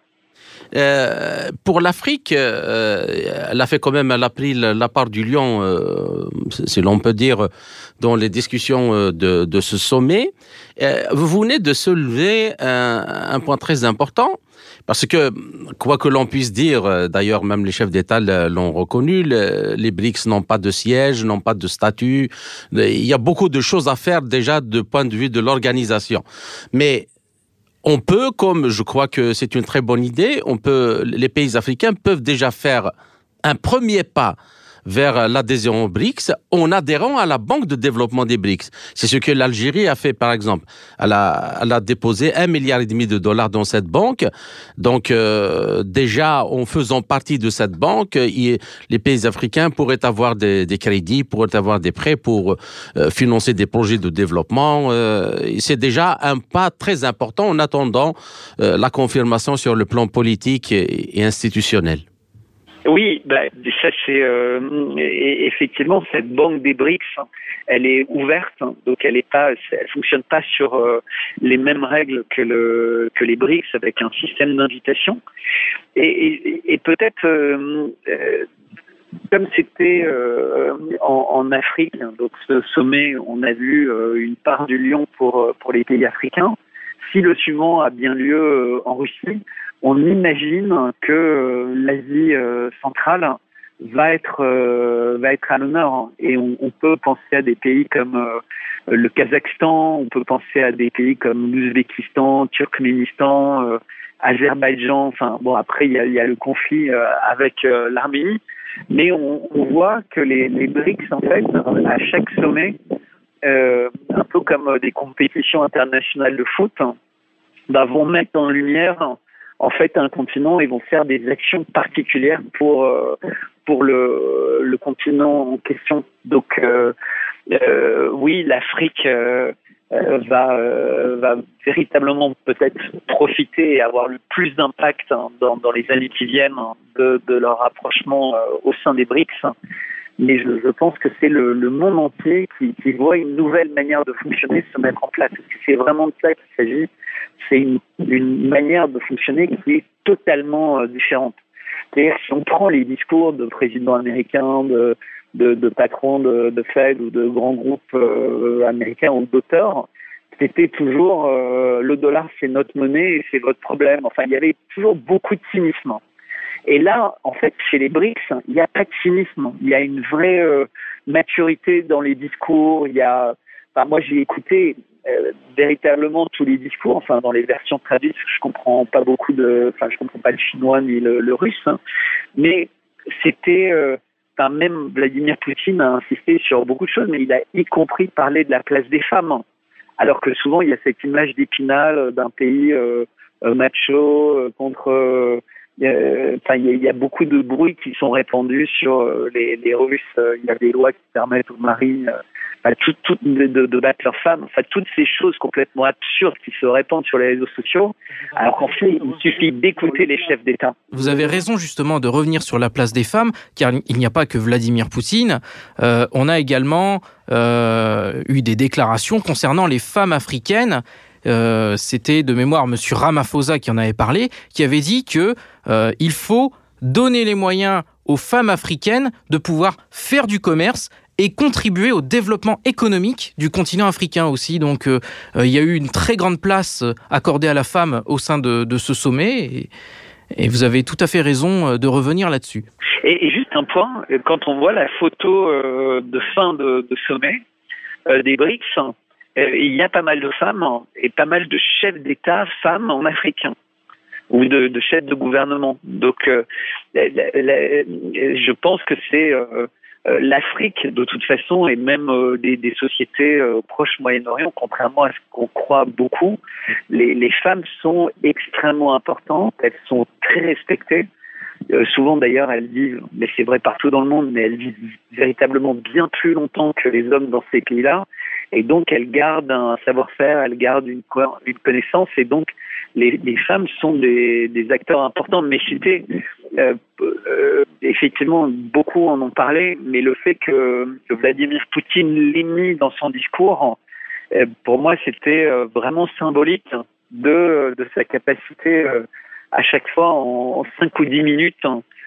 [SPEAKER 3] Pour l'Afrique, elle a pris la part du lion, si l'on peut dire, dans les discussions de ce sommet. Vous venez de soulever un point très important, parce que, quoi que l'on puisse dire, d'ailleurs même les chefs d'État l'ont reconnu, les BRICS n'ont pas de siège, n'ont pas de statut. Il y a beaucoup de choses à faire déjà de point de vue de l'organisation. Mais on peut, comme je crois que c'est une très bonne idée, les pays africains peuvent déjà faire un premier pas vers l'adhésion aux BRICS en adhérant à la Banque de développement des BRICS. C'est ce que l'Algérie a fait, par exemple. Elle a déposé $1,5 milliard dans cette banque. Donc, déjà, en faisant partie de cette banque, les pays africains pourraient avoir des crédits, pourraient avoir des prêts pour financer des projets de développement. C'est déjà un pas très important en attendant la confirmation sur le plan politique et institutionnel.
[SPEAKER 4] Oui, ça c'est effectivement cette banque des BRICS, elle est ouverte, donc elle fonctionne pas sur les mêmes règles que les BRICS avec un système d'invitation. Et peut-être comme c'était en Afrique, donc ce sommet, on a vu une part du lion pour les pays africains. Si le suivant a bien lieu en Russie, on imagine que l'Asie centrale va être à l'honneur. Et on peut penser à des pays comme le Kazakhstan, on peut penser à des pays comme l'Ouzbékistan, Turkménistan, Azerbaïdjan. Enfin bon, après il y a le conflit avec l'Arménie, mais on voit que les BRICS en fait à chaque sommet, un peu comme des compétitions internationales de foot, vont mettre en lumière en fait un continent et vont faire des actions particulières pour le continent en question. Donc oui, l'Afrique va véritablement peut-être profiter et avoir le plus d'impact dans les années qui viennent de leur rapprochement au sein des BRICS. Mais je pense que c'est le monde entier qui voit une nouvelle manière de fonctionner se mettre en place. C'est vraiment de ça qu'il s'agit. C'est une manière de fonctionner qui est totalement différente. C'est-à-dire, si on prend les discours de présidents américains, de patrons de Fed ou de grands groupes américains ou d'auteurs, c'était toujours le dollar c'est notre monnaie et c'est votre problème. Enfin, il y avait toujours beaucoup de cynisme. Et là, en fait, chez les BRICS, il n'y a pas de cynisme. Il y a une vraie maturité dans les discours. Moi, j'ai écouté véritablement tous les discours. Enfin, dans les versions traduites, je comprends pas je comprends pas le chinois ni le russe. Mais c'était même Vladimir Poutine a insisté sur beaucoup de choses, mais il a y compris parlé de la place des femmes. Alors que souvent, il y a cette image d'Épinal d'un pays macho contre... il y a beaucoup de bruits qui sont répandus sur les Russes. Il y a des lois qui permettent aux maris de battre leurs femmes. Enfin, toutes ces choses complètement absurdes qui se répandent sur les réseaux sociaux. Alors qu'en fait, il suffit d'écouter les chefs d'État.
[SPEAKER 2] Vous avez raison justement de revenir sur la place des femmes, car il n'y a pas que Vladimir Poutine. On a également eu des déclarations concernant les femmes africaines. C'était de mémoire Monsieur Ramaphosa qui en avait parlé, qui avait dit que il faut donner les moyens aux femmes africaines de pouvoir faire du commerce et contribuer au développement économique du continent africain aussi. Donc il y a eu une très grande place accordée à la femme au sein de ce sommet et vous avez tout à fait raison de revenir là-dessus.
[SPEAKER 4] Et juste un point, quand on voit la photo de fin de sommet des BRICS, il y a pas mal de femmes et pas mal de chefs d'État femmes en africain ou de chefs de gouvernement. Donc je pense que c'est l'Afrique, de toute façon, et même des sociétés proches Moyen-Orient, contrairement à ce qu'on croit beaucoup, les femmes sont extrêmement importantes, elles sont très respectées. Souvent d'ailleurs elles vivent, mais c'est vrai partout dans le monde, mais elles vivent véritablement bien plus longtemps que les hommes dans ces pays-là, et donc elles gardent un savoir-faire, elles gardent une connaissance, et donc les femmes sont des acteurs importants. Mais c'était effectivement, beaucoup en ont parlé, mais le fait que Vladimir Poutine l'ait mis dans son discours, pour moi c'était vraiment symbolique de sa capacité à chaque fois en 5 ou 10 minutes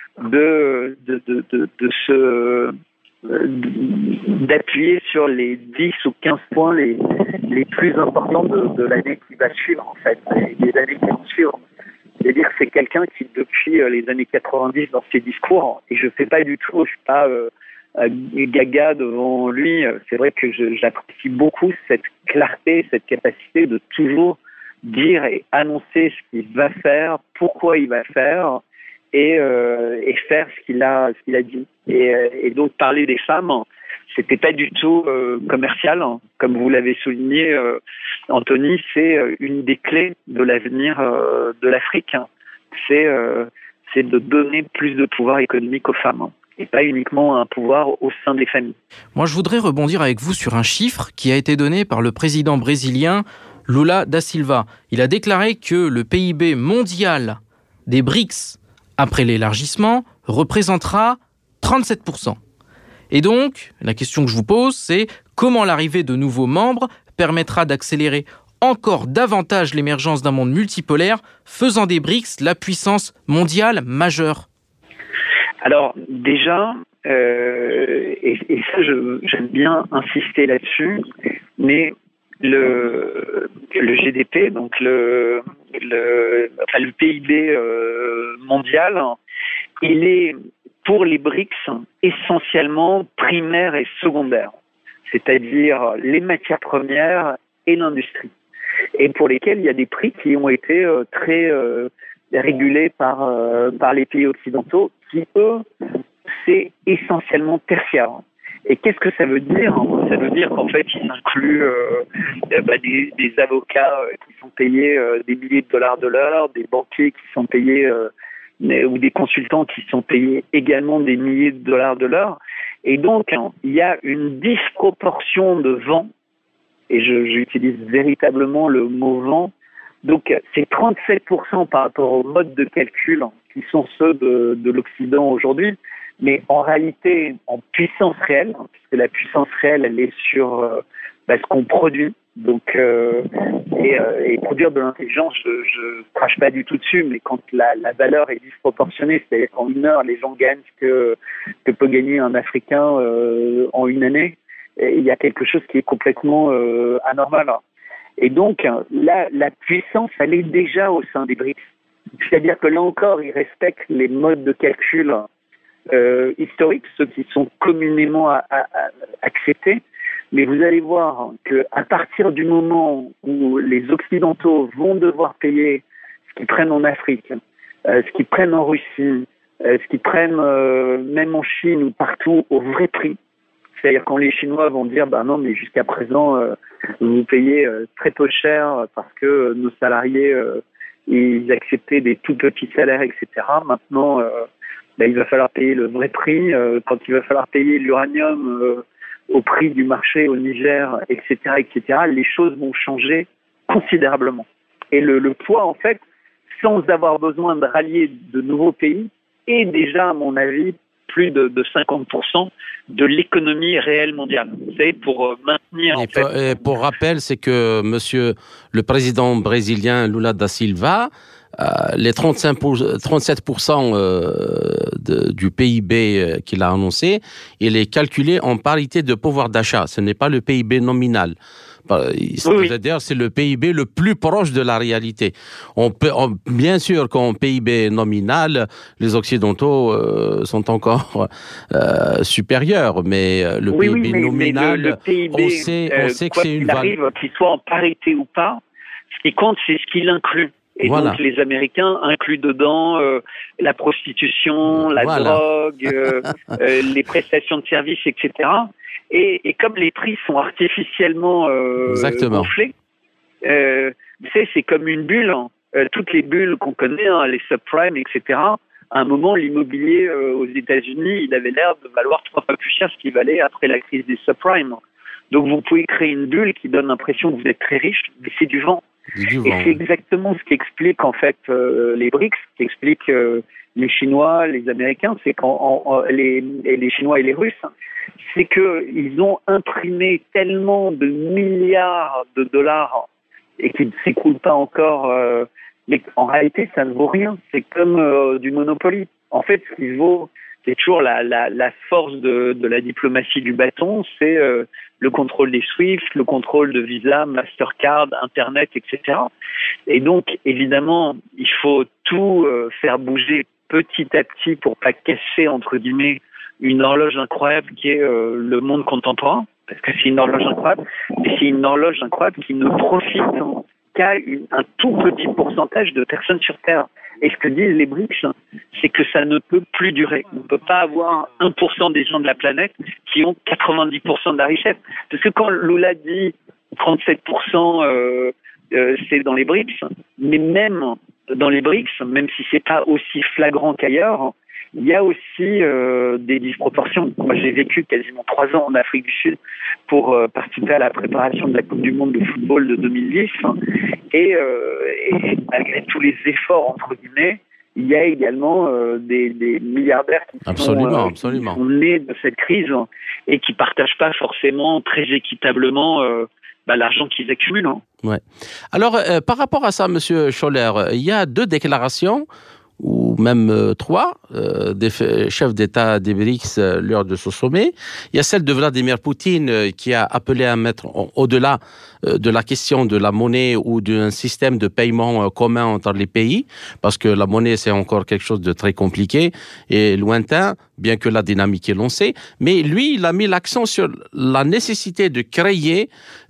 [SPEAKER 4] d'appuyer sur les 10 ou 15 points les plus importants de l'année qui va suivre, en fait, les années qui vont suivre. C'est-à-dire que c'est quelqu'un qui, depuis les années 90, dans ses discours, et je ne fais pas du tout, je ne suis pas gaga devant lui, c'est vrai que j'apprécie beaucoup cette clarté, cette capacité de toujours dire et annoncer ce qu'il va faire, pourquoi il va faire, et faire ce qu'il a dit. Et donc parler des femmes, c'était pas du tout commercial, comme vous l'avez souligné, Anthony, c'est une des clés de l'avenir de l'Afrique. C'est de donner plus de pouvoir économique aux femmes, et pas uniquement un pouvoir au sein des familles.
[SPEAKER 2] Moi, je voudrais rebondir avec vous sur un chiffre qui a été donné par le président brésilien Lula da Silva. Il a déclaré que le PIB mondial des BRICS, après l'élargissement, représentera 37%. Et donc, la question que je vous pose, c'est comment l'arrivée de nouveaux membres permettra d'accélérer encore davantage l'émergence d'un monde multipolaire, faisant des BRICS la puissance mondiale majeure?
[SPEAKER 4] Alors déjà, et ça j'aime bien insister là-dessus, mais le GDP, donc le PIB mondial, il est pour les BRICS essentiellement primaire et secondaire, c'est-à-dire les matières premières et l'industrie, et pour lesquels il y a des prix qui ont été très régulés par les pays occidentaux, qui eux, c'est essentiellement tertiaire. Et qu'est-ce que ça veut dire? Ça veut dire qu'en fait, ils incluent des avocats qui sont payés des milliers de dollars de l'heure, des banquiers qui sont payés ou des consultants qui sont payés également des milliers de dollars de l'heure. Et donc, il y a une disproportion de vent, et j'utilise véritablement le mot vent. Donc, c'est 37% par rapport au mode de calcul qui sont ceux de l'Occident aujourd'hui. Mais en réalité, en puissance réelle, puisque la puissance réelle, elle est sur ce qu'on produit. Donc, et produire de l'intelligence, je crache pas du tout dessus, mais quand la valeur est disproportionnée, c'est-à-dire qu'en une heure, les gens gagnent ce que peut gagner un Africain en une année, et il y a quelque chose qui est complètement anormal. Et donc, là, la puissance, elle est déjà au sein des BRICS. C'est-à-dire que là encore, ils respectent les modes de calcul historiques, ceux qui sont communément acceptés. Mais vous allez voir qu'à partir du moment où les Occidentaux vont devoir payer ce qu'ils prennent en Afrique, ce qu'ils prennent en Russie, ce qu'ils prennent même en Chine ou partout au vrai prix. C'est-à-dire quand les Chinois vont dire non mais jusqu'à présent vous payez très peu cher parce que nos salariés ils acceptaient des tout petits salaires, etc. Maintenant il va falloir payer le vrai prix. Quand il va falloir payer l'uranium au prix du marché au Niger, etc., les choses vont changer considérablement. Et le poids, en fait, sans avoir besoin de rallier de nouveaux pays, est déjà, à mon avis, plus de 50% de l'économie réelle mondiale. Vous savez, pour maintenir...
[SPEAKER 3] Et pour rappel, c'est que monsieur le président brésilien Lula da Silva, les 37% du PIB qu'il a annoncé, il est calculé en parité de pouvoir d'achat. Ce n'est pas le PIB nominal. C'est-à-dire, c'est le PIB le plus proche de la réalité. Bien sûr qu'en PIB nominal, les Occidentaux sont encore supérieurs, mais le PIB nominal,
[SPEAKER 4] le PIB,
[SPEAKER 3] on sait que c'est une valeur.
[SPEAKER 4] Qu'il soit en parité ou pas, ce qui compte, c'est ce qu'il inclut. Et donc les Américains incluent dedans la prostitution, la drogue, les prestations de services, etc. Et comme les prix sont artificiellement gonflés, c'est comme une bulle. Toutes les bulles qu'on connaît, les subprimes, etc. À un moment, l'immobilier aux États-Unis, il avait l'air de valoir 3 fois plus cher ce qu'il valait après la crise des subprimes. Donc vous pouvez créer une bulle qui donne l'impression que vous êtes très riche, mais c'est du vent. Et c'est exactement ce qui explique en fait les BRICS, qui explique les Chinois, les Américains, c'est les Chinois et les Russes, c'est qu'ils ont imprimé tellement de milliards de dollars et qu'ils ne s'écoulent pas encore. Mais en réalité, ça ne vaut rien. C'est comme du Monopoly. En fait, ce qui vaut, c'est toujours la force de la diplomatie du bâton, c'est le contrôle des SWIFT, le contrôle de Visa, Mastercard, Internet, etc. Et donc, évidemment, il faut tout faire bouger petit à petit pour pas casser, entre guillemets, une horloge incroyable qui est le monde contemporain, parce que c'est une horloge incroyable, mais c'est une horloge incroyable qui ne profite qu'à un tout petit pourcentage de personnes sur Terre. Et ce que disent les BRICS, c'est que ça ne peut plus durer. On ne peut pas avoir 1% des gens de la planète qui ont 90% de la richesse. Parce que quand Lula dit 37%, c'est dans les BRICS, mais même dans les BRICS, même si c'est pas aussi flagrant qu'ailleurs, il y a aussi des disproportions. Moi, j'ai vécu quasiment 3 ans en Afrique du Sud pour participer à la préparation de la Coupe du Monde de football de 2010. Et malgré tous les efforts, entre guillemets, il y a également des milliardaires qui sont nés de cette crise et qui ne partagent pas forcément très équitablement l'argent qu'ils accumulent.
[SPEAKER 3] Ouais. Alors, par rapport à ça, M. Scholler, il y a 2 déclarations ou même 3 des chefs d'État des BRICS lors de ce sommet. Il y a celle de Vladimir Poutine qui a appelé à mettre au-delà de la question de la monnaie ou d'un système de paiement commun entre les pays, parce que la monnaie, c'est encore quelque chose de très compliqué et lointain, bien que la dynamique est lancée. Mais lui, il a mis l'accent sur la nécessité de créer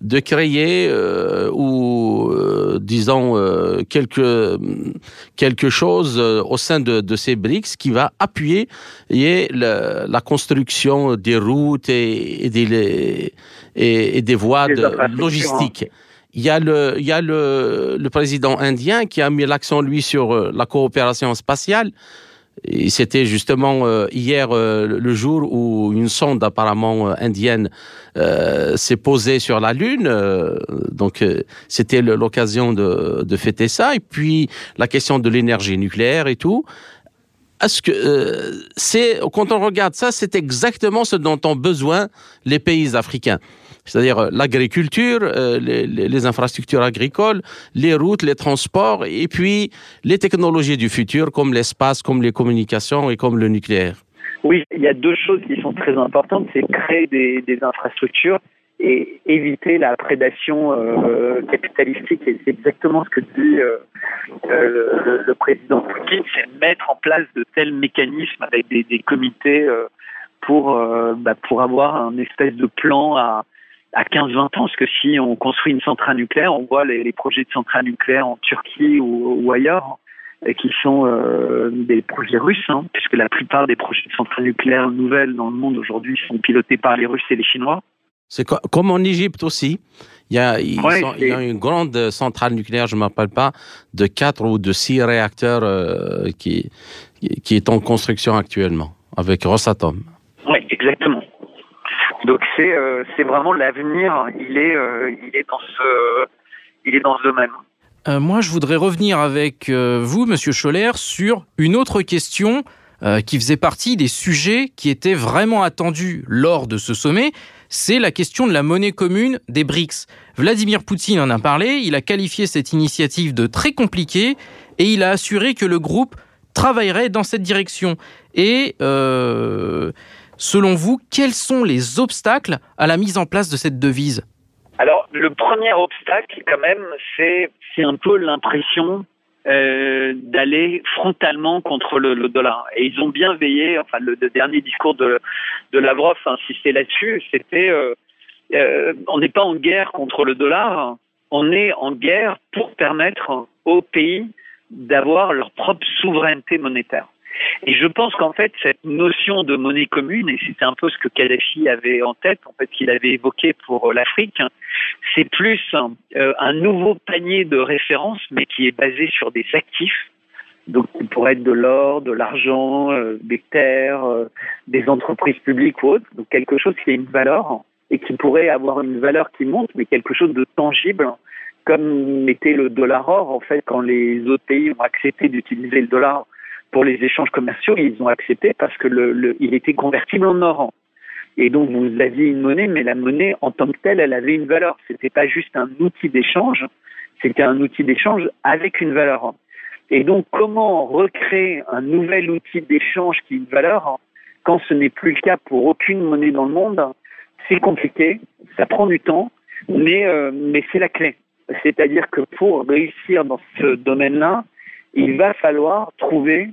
[SPEAKER 3] disons, quelque chose au sein de ces BRICS qui va appuyer la construction des routes et des voies logistiques. Il y a le président indien qui a mis l'accent, lui, sur la coopération spatiale. Et c'était justement hier le jour où une sonde apparemment indienne s'est posée sur la Lune. Donc c'était l'occasion de fêter ça. Et puis la question de l'énergie nucléaire et tout. Est-ce que quand on regarde ça, c'est exactement ce dont ont besoin les pays africains. C'est-à-dire l'agriculture, les infrastructures agricoles, les routes, les transports, et puis les technologies du futur, comme l'espace, comme les communications et comme le nucléaire.
[SPEAKER 4] Oui, il y a 2 choses qui sont très importantes, c'est créer des infrastructures et éviter la prédation capitalistique. Et c'est exactement ce que dit le président Poutine, c'est mettre en place de tels mécanismes avec des comités pour avoir un espèce de plan à 15-20 ans, parce que si on construit une centrale nucléaire, on voit les projets de centrales nucléaires en Turquie ou ailleurs, qui sont des projets russes, puisque la plupart des projets de centrales nucléaires nouvelles dans le monde aujourd'hui sont pilotés par les Russes et les Chinois.
[SPEAKER 3] C'est comme en Égypte aussi. Il y a une grande centrale nucléaire, je ne me rappelle pas, de 4 ou de 6 réacteurs qui est en construction actuellement, avec Rosatom.
[SPEAKER 4] Oui, exactement. Donc c'est vraiment l'avenir, il est dans ce domaine.
[SPEAKER 2] Moi, je voudrais revenir avec vous, Monsieur Scholler, sur une autre question qui faisait partie des sujets qui étaient vraiment attendus lors de ce sommet. C'est la question de la monnaie commune des BRICS. Vladimir Poutine en a parlé, il a qualifié cette initiative de très compliquée et il a assuré que le groupe travaillerait dans cette direction. Et selon vous, quels sont les obstacles à la mise en place de cette devise ?
[SPEAKER 4] Alors, le premier obstacle, quand même, c'est un peu l'impression d'aller frontalement contre le dollar. Et ils ont bien veillé, enfin, le dernier discours de Lavrov insistait là-dessus, c'était on n'est pas en guerre contre le dollar, on est en guerre pour permettre aux pays d'avoir leur propre souveraineté monétaire. Et je pense qu'en fait, cette notion de monnaie commune, et c'était un peu ce que Kadhafi avait en tête, en fait, qu'il avait évoqué pour l'Afrique, c'est plus un nouveau panier de référence, mais qui est basé sur des actifs, donc qui pourraient être de l'or, de l'argent, des terres, des entreprises publiques ou autres, donc quelque chose qui a une valeur et qui pourrait avoir une valeur qui monte, mais quelque chose de tangible, comme était le dollar or, en fait, quand les autres pays ont accepté d'utiliser le dollar pour les échanges commerciaux, ils ont accepté parce que il était convertible en or. Et donc, vous aviez une monnaie, mais la monnaie, en tant que telle, elle avait une valeur. C'était pas juste un outil d'échange, c'était un outil d'échange avec une valeur. Et donc, comment recréer un nouvel outil d'échange qui a une valeur quand ce n'est plus le cas pour aucune monnaie dans le monde? C'est compliqué, ça prend du temps, mais c'est la clé. C'est-à-dire que pour réussir dans ce domaine-là, il va falloir trouver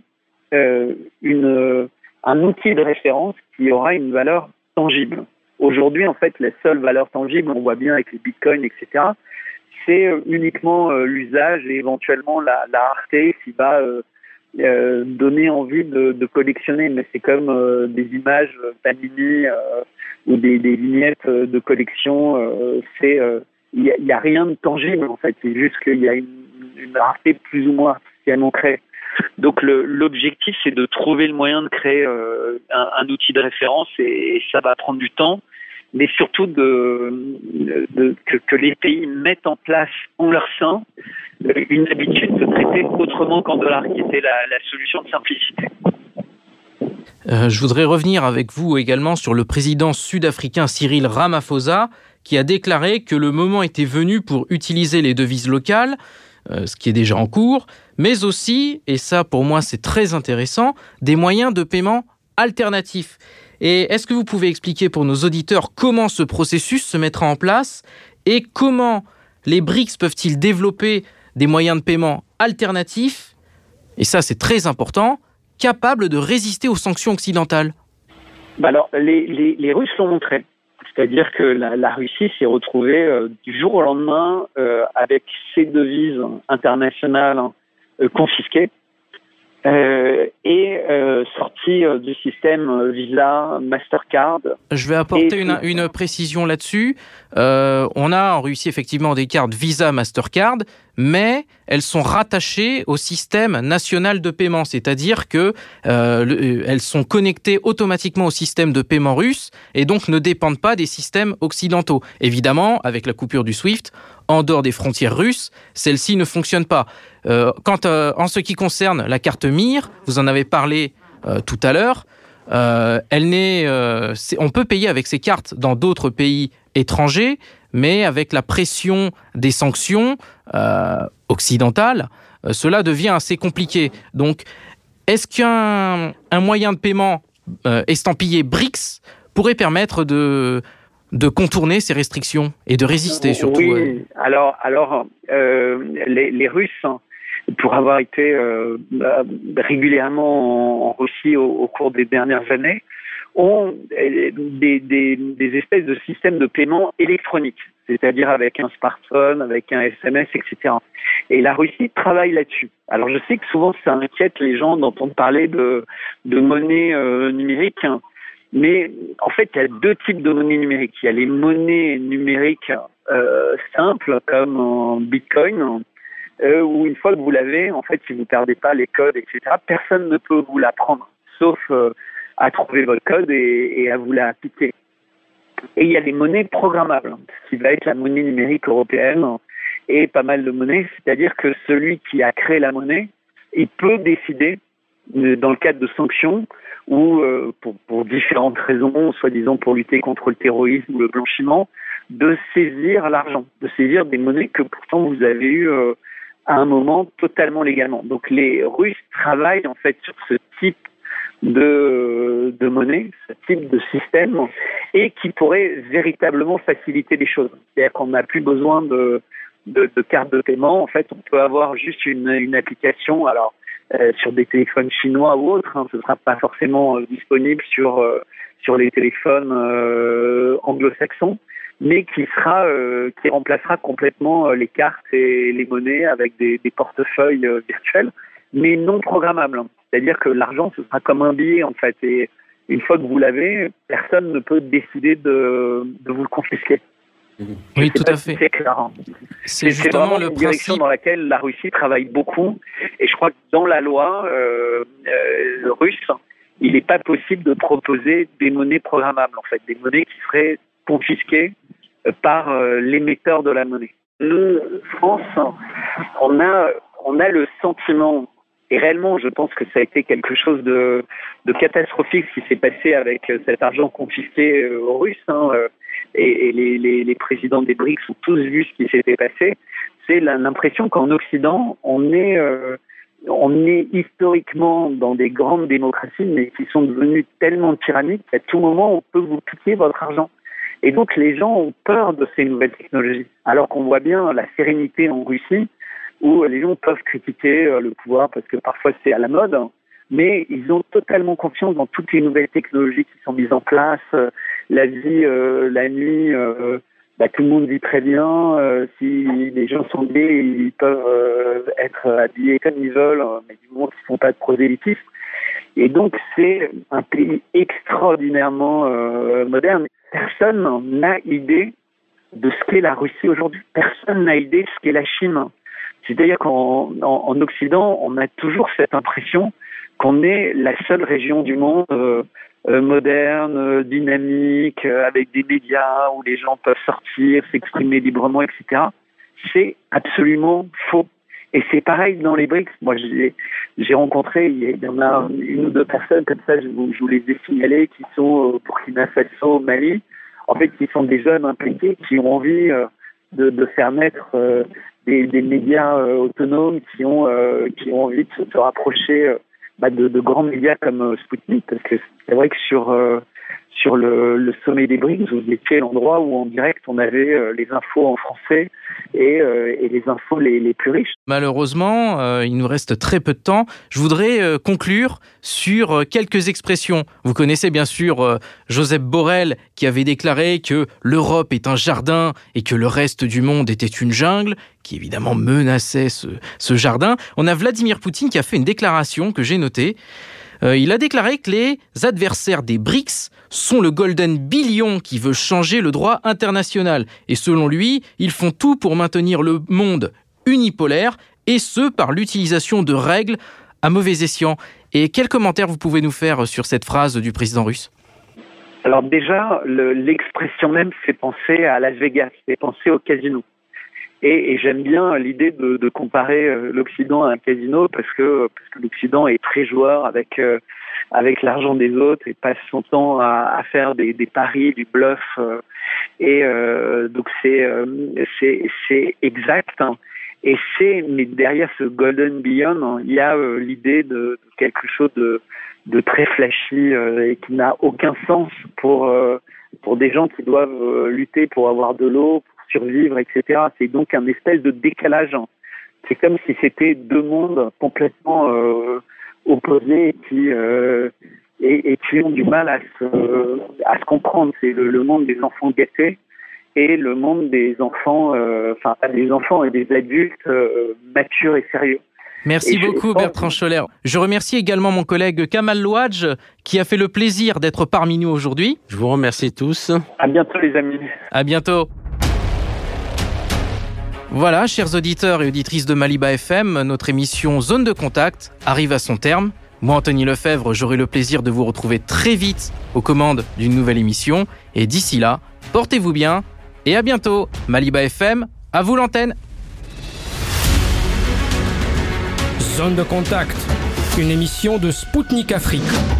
[SPEAKER 4] un outil de référence qui aura une valeur tangible. Aujourd'hui, en fait, la seule valeur tangible, on voit bien avec les bitcoins, etc., c'est uniquement l'usage et éventuellement la rareté qui va donner envie de collectionner. Mais c'est comme des images Panini ou des vignettes de collection. Il y a rien de tangible, en fait. C'est juste qu'il y a une rareté plus ou moins artificiellement créée. Donc l'objectif, c'est de trouver le moyen de créer un outil de référence et ça va prendre du temps, mais surtout que les pays mettent en place en leur sein une habitude de traiter autrement qu'en dollars, qui était la solution de simplicité.
[SPEAKER 2] Je voudrais revenir avec vous également sur le président sud-africain Cyril Ramaphosa, qui a déclaré que le moment était venu pour utiliser les devises locales, ce qui est déjà en cours, mais aussi, et ça pour moi c'est très intéressant, des moyens de paiement alternatifs. Et est-ce que vous pouvez expliquer pour nos auditeurs comment ce processus se mettra en place et comment les BRICS peuvent-ils développer des moyens de paiement alternatifs, et ça c'est très important, capables de résister aux sanctions occidentales?
[SPEAKER 4] Alors, les Russes l'ont montré. C'est-à-dire que la Russie s'est retrouvée du jour au lendemain avec ses devises internationales confisquées et sorties du système Visa, Mastercard.
[SPEAKER 2] Je vais apporter une précision là-dessus. On a en Russie effectivement des cartes Visa, Mastercard, mais elles sont rattachées au système national de paiement, c'est-à-dire que elles sont connectées automatiquement au système de paiement russe et donc ne dépendent pas des systèmes occidentaux. Évidemment, avec la coupure du SWIFT, en dehors des frontières russes, celle-ci ne fonctionne pas. En ce qui concerne la carte MIR, vous en avez parlé tout à l'heure, on peut payer avec ces cartes dans d'autres pays étrangers, mais avec la pression des sanctions occidentales, cela devient assez compliqué. Donc, est-ce qu'un moyen de paiement estampillé BRICS pourrait permettre de contourner ces restrictions et de résister surtout?
[SPEAKER 4] Oui, alors les Russes, pour avoir été régulièrement en Russie au cours des dernières années, ont des espèces de systèmes de paiement électroniques, c'est-à-dire avec un smartphone, avec un SMS, etc. Et la Russie travaille là-dessus. Alors je sais que souvent ça inquiète les gens d'entendre parler de monnaie numérique, hein, mais en fait il y a deux types de monnaies numériques. Il y a les monnaies numériques simples comme en Bitcoin, où une fois que vous l'avez, en fait si vous ne perdez pas les codes, etc., personne ne peut vous la prendre, sauf à trouver votre code et à vous la appliquer. Et il y a les monnaies programmables, ce qui va être la monnaie numérique européenne et pas mal de monnaies, c'est-à-dire que celui qui a créé la monnaie, il peut décider, dans le cadre de sanctions, ou pour différentes raisons, soi-disant pour lutter contre le terrorisme ou le blanchiment, de saisir l'argent, de saisir des monnaies que pourtant vous avez eues à un moment totalement légalement. Donc les Russes travaillent en fait sur ce type de monnaie, ce type de système, et qui pourrait véritablement faciliter les choses. C'est-à-dire qu'on n'a plus besoin de carte de paiement. En fait, on peut avoir juste une application, alors sur des téléphones chinois ou autres, hein, ce ne sera pas forcément disponible sur les téléphones anglo-saxons, mais qui remplacera complètement les cartes et les monnaies avec des portefeuilles virtuels, mais non programmables. C'est-à-dire que l'argent, ce sera comme un billet, en fait. Et une fois que vous l'avez, personne ne peut décider de vous le confisquer.
[SPEAKER 2] Oui, tout à fait.
[SPEAKER 4] C'est clair. Hein.
[SPEAKER 2] C'est justement
[SPEAKER 4] vraiment
[SPEAKER 2] le
[SPEAKER 4] une direction
[SPEAKER 2] principe
[SPEAKER 4] dans laquelle la Russie travaille beaucoup. Et je crois que dans la loi russe, il n'est pas possible de proposer des monnaies programmables, en fait, des monnaies qui seraient confisquées par l'émetteur de la monnaie. Nous, France, on a le sentiment, et réellement, je pense que ça a été quelque chose de catastrophique ce qui s'est passé avec cet argent confisqué aux Russes, hein, et les présidents des BRICS ont tous vu ce qui s'était passé. C'est l'impression qu'en Occident, on est historiquement dans des grandes démocraties, mais qui sont devenues tellement tyranniques qu'à tout moment, on peut vous piquer votre argent. Et donc, les gens ont peur de ces nouvelles technologies, alors qu'on voit bien la sérénité en Russie, où les gens peuvent critiquer le pouvoir parce que parfois c'est à la mode, mais ils ont totalement confiance dans toutes les nouvelles technologies qui sont mises en place. La vie, la nuit, tout le monde vit très bien. Si les gens sont gays, ils peuvent être habillés comme ils veulent, mais du moment qu'ils ne font pas de prosélytisme. Et donc c'est un pays extraordinairement moderne. Personne n'a idée de ce qu'est la Russie aujourd'hui. Personne n'a idée de ce qu'est la Chine. C'est-à-dire qu'en Occident, on a toujours cette impression qu'on est la seule région du monde moderne, dynamique, avec des médias où les gens peuvent sortir, s'exprimer librement, etc. C'est absolument faux. Et c'est pareil dans les BRICS. Moi, j'ai rencontré, il y en a une ou deux personnes comme ça, je vous les ai signalées, qui sont au Burkina Faso, au Mali, en fait, qui sont des jeunes impliqués, qui ont envie de faire naître des médias autonomes, qui ont envie de se rapprocher de grands médias comme Sputnik, parce que c'est vrai que sur le sommet des BRICS, vous étiez l'endroit où en direct on avait les infos en français et les infos les plus riches.
[SPEAKER 2] Malheureusement, il nous reste très peu de temps. Je voudrais conclure sur quelques expressions. Vous connaissez bien sûr Joseph Borrell qui avait déclaré que l'Europe est un jardin et que le reste du monde était une jungle, qui évidemment menaçait ce jardin. On a Vladimir Poutine qui a fait une déclaration que j'ai notée. Il a déclaré que les adversaires des BRICS sont le Golden Billion qui veut changer le droit international. Et selon lui, ils font tout pour maintenir le monde unipolaire, et ce, par l'utilisation de règles à mauvais escient. Et quel commentaire vous pouvez nous faire sur cette phrase du président russe ?
[SPEAKER 4] Alors déjà, l'expression même fait penser à Las Vegas, fait penser au casino. Et j'aime bien l'idée de comparer l'Occident à un casino parce que l'Occident est très joueur avec l'argent des autres et passe son temps à faire des paris, du bluff. Donc c'est exact. Hein. Mais derrière ce Golden Billion, il y a l'idée de quelque chose de très flashy et qui n'a aucun sens pour des gens qui doivent lutter pour avoir de l'eau, survivre, etc. C'est donc un espèce de décalage. C'est comme si c'était deux mondes complètement opposés et qui ont du mal à se comprendre. C'est le monde des enfants gâtés et le monde des enfants, des enfants et des adultes matures et sérieux.
[SPEAKER 2] Merci beaucoup Bertrand Scholler. Je remercie également mon collègue Kamal Louadj qui a fait le plaisir d'être parmi nous aujourd'hui.
[SPEAKER 3] Je vous remercie tous.
[SPEAKER 4] À bientôt les amis.
[SPEAKER 2] À bientôt. Voilà, chers auditeurs et auditrices de Maliba FM, notre émission Zone de Contact arrive à son terme. Moi, Anthony Lefebvre, j'aurai le plaisir de vous retrouver très vite aux commandes d'une nouvelle émission. Et d'ici là, portez-vous bien et à bientôt. Maliba FM, à vous l'antenne.
[SPEAKER 1] Zone de Contact, une émission de Spoutnik Afrique.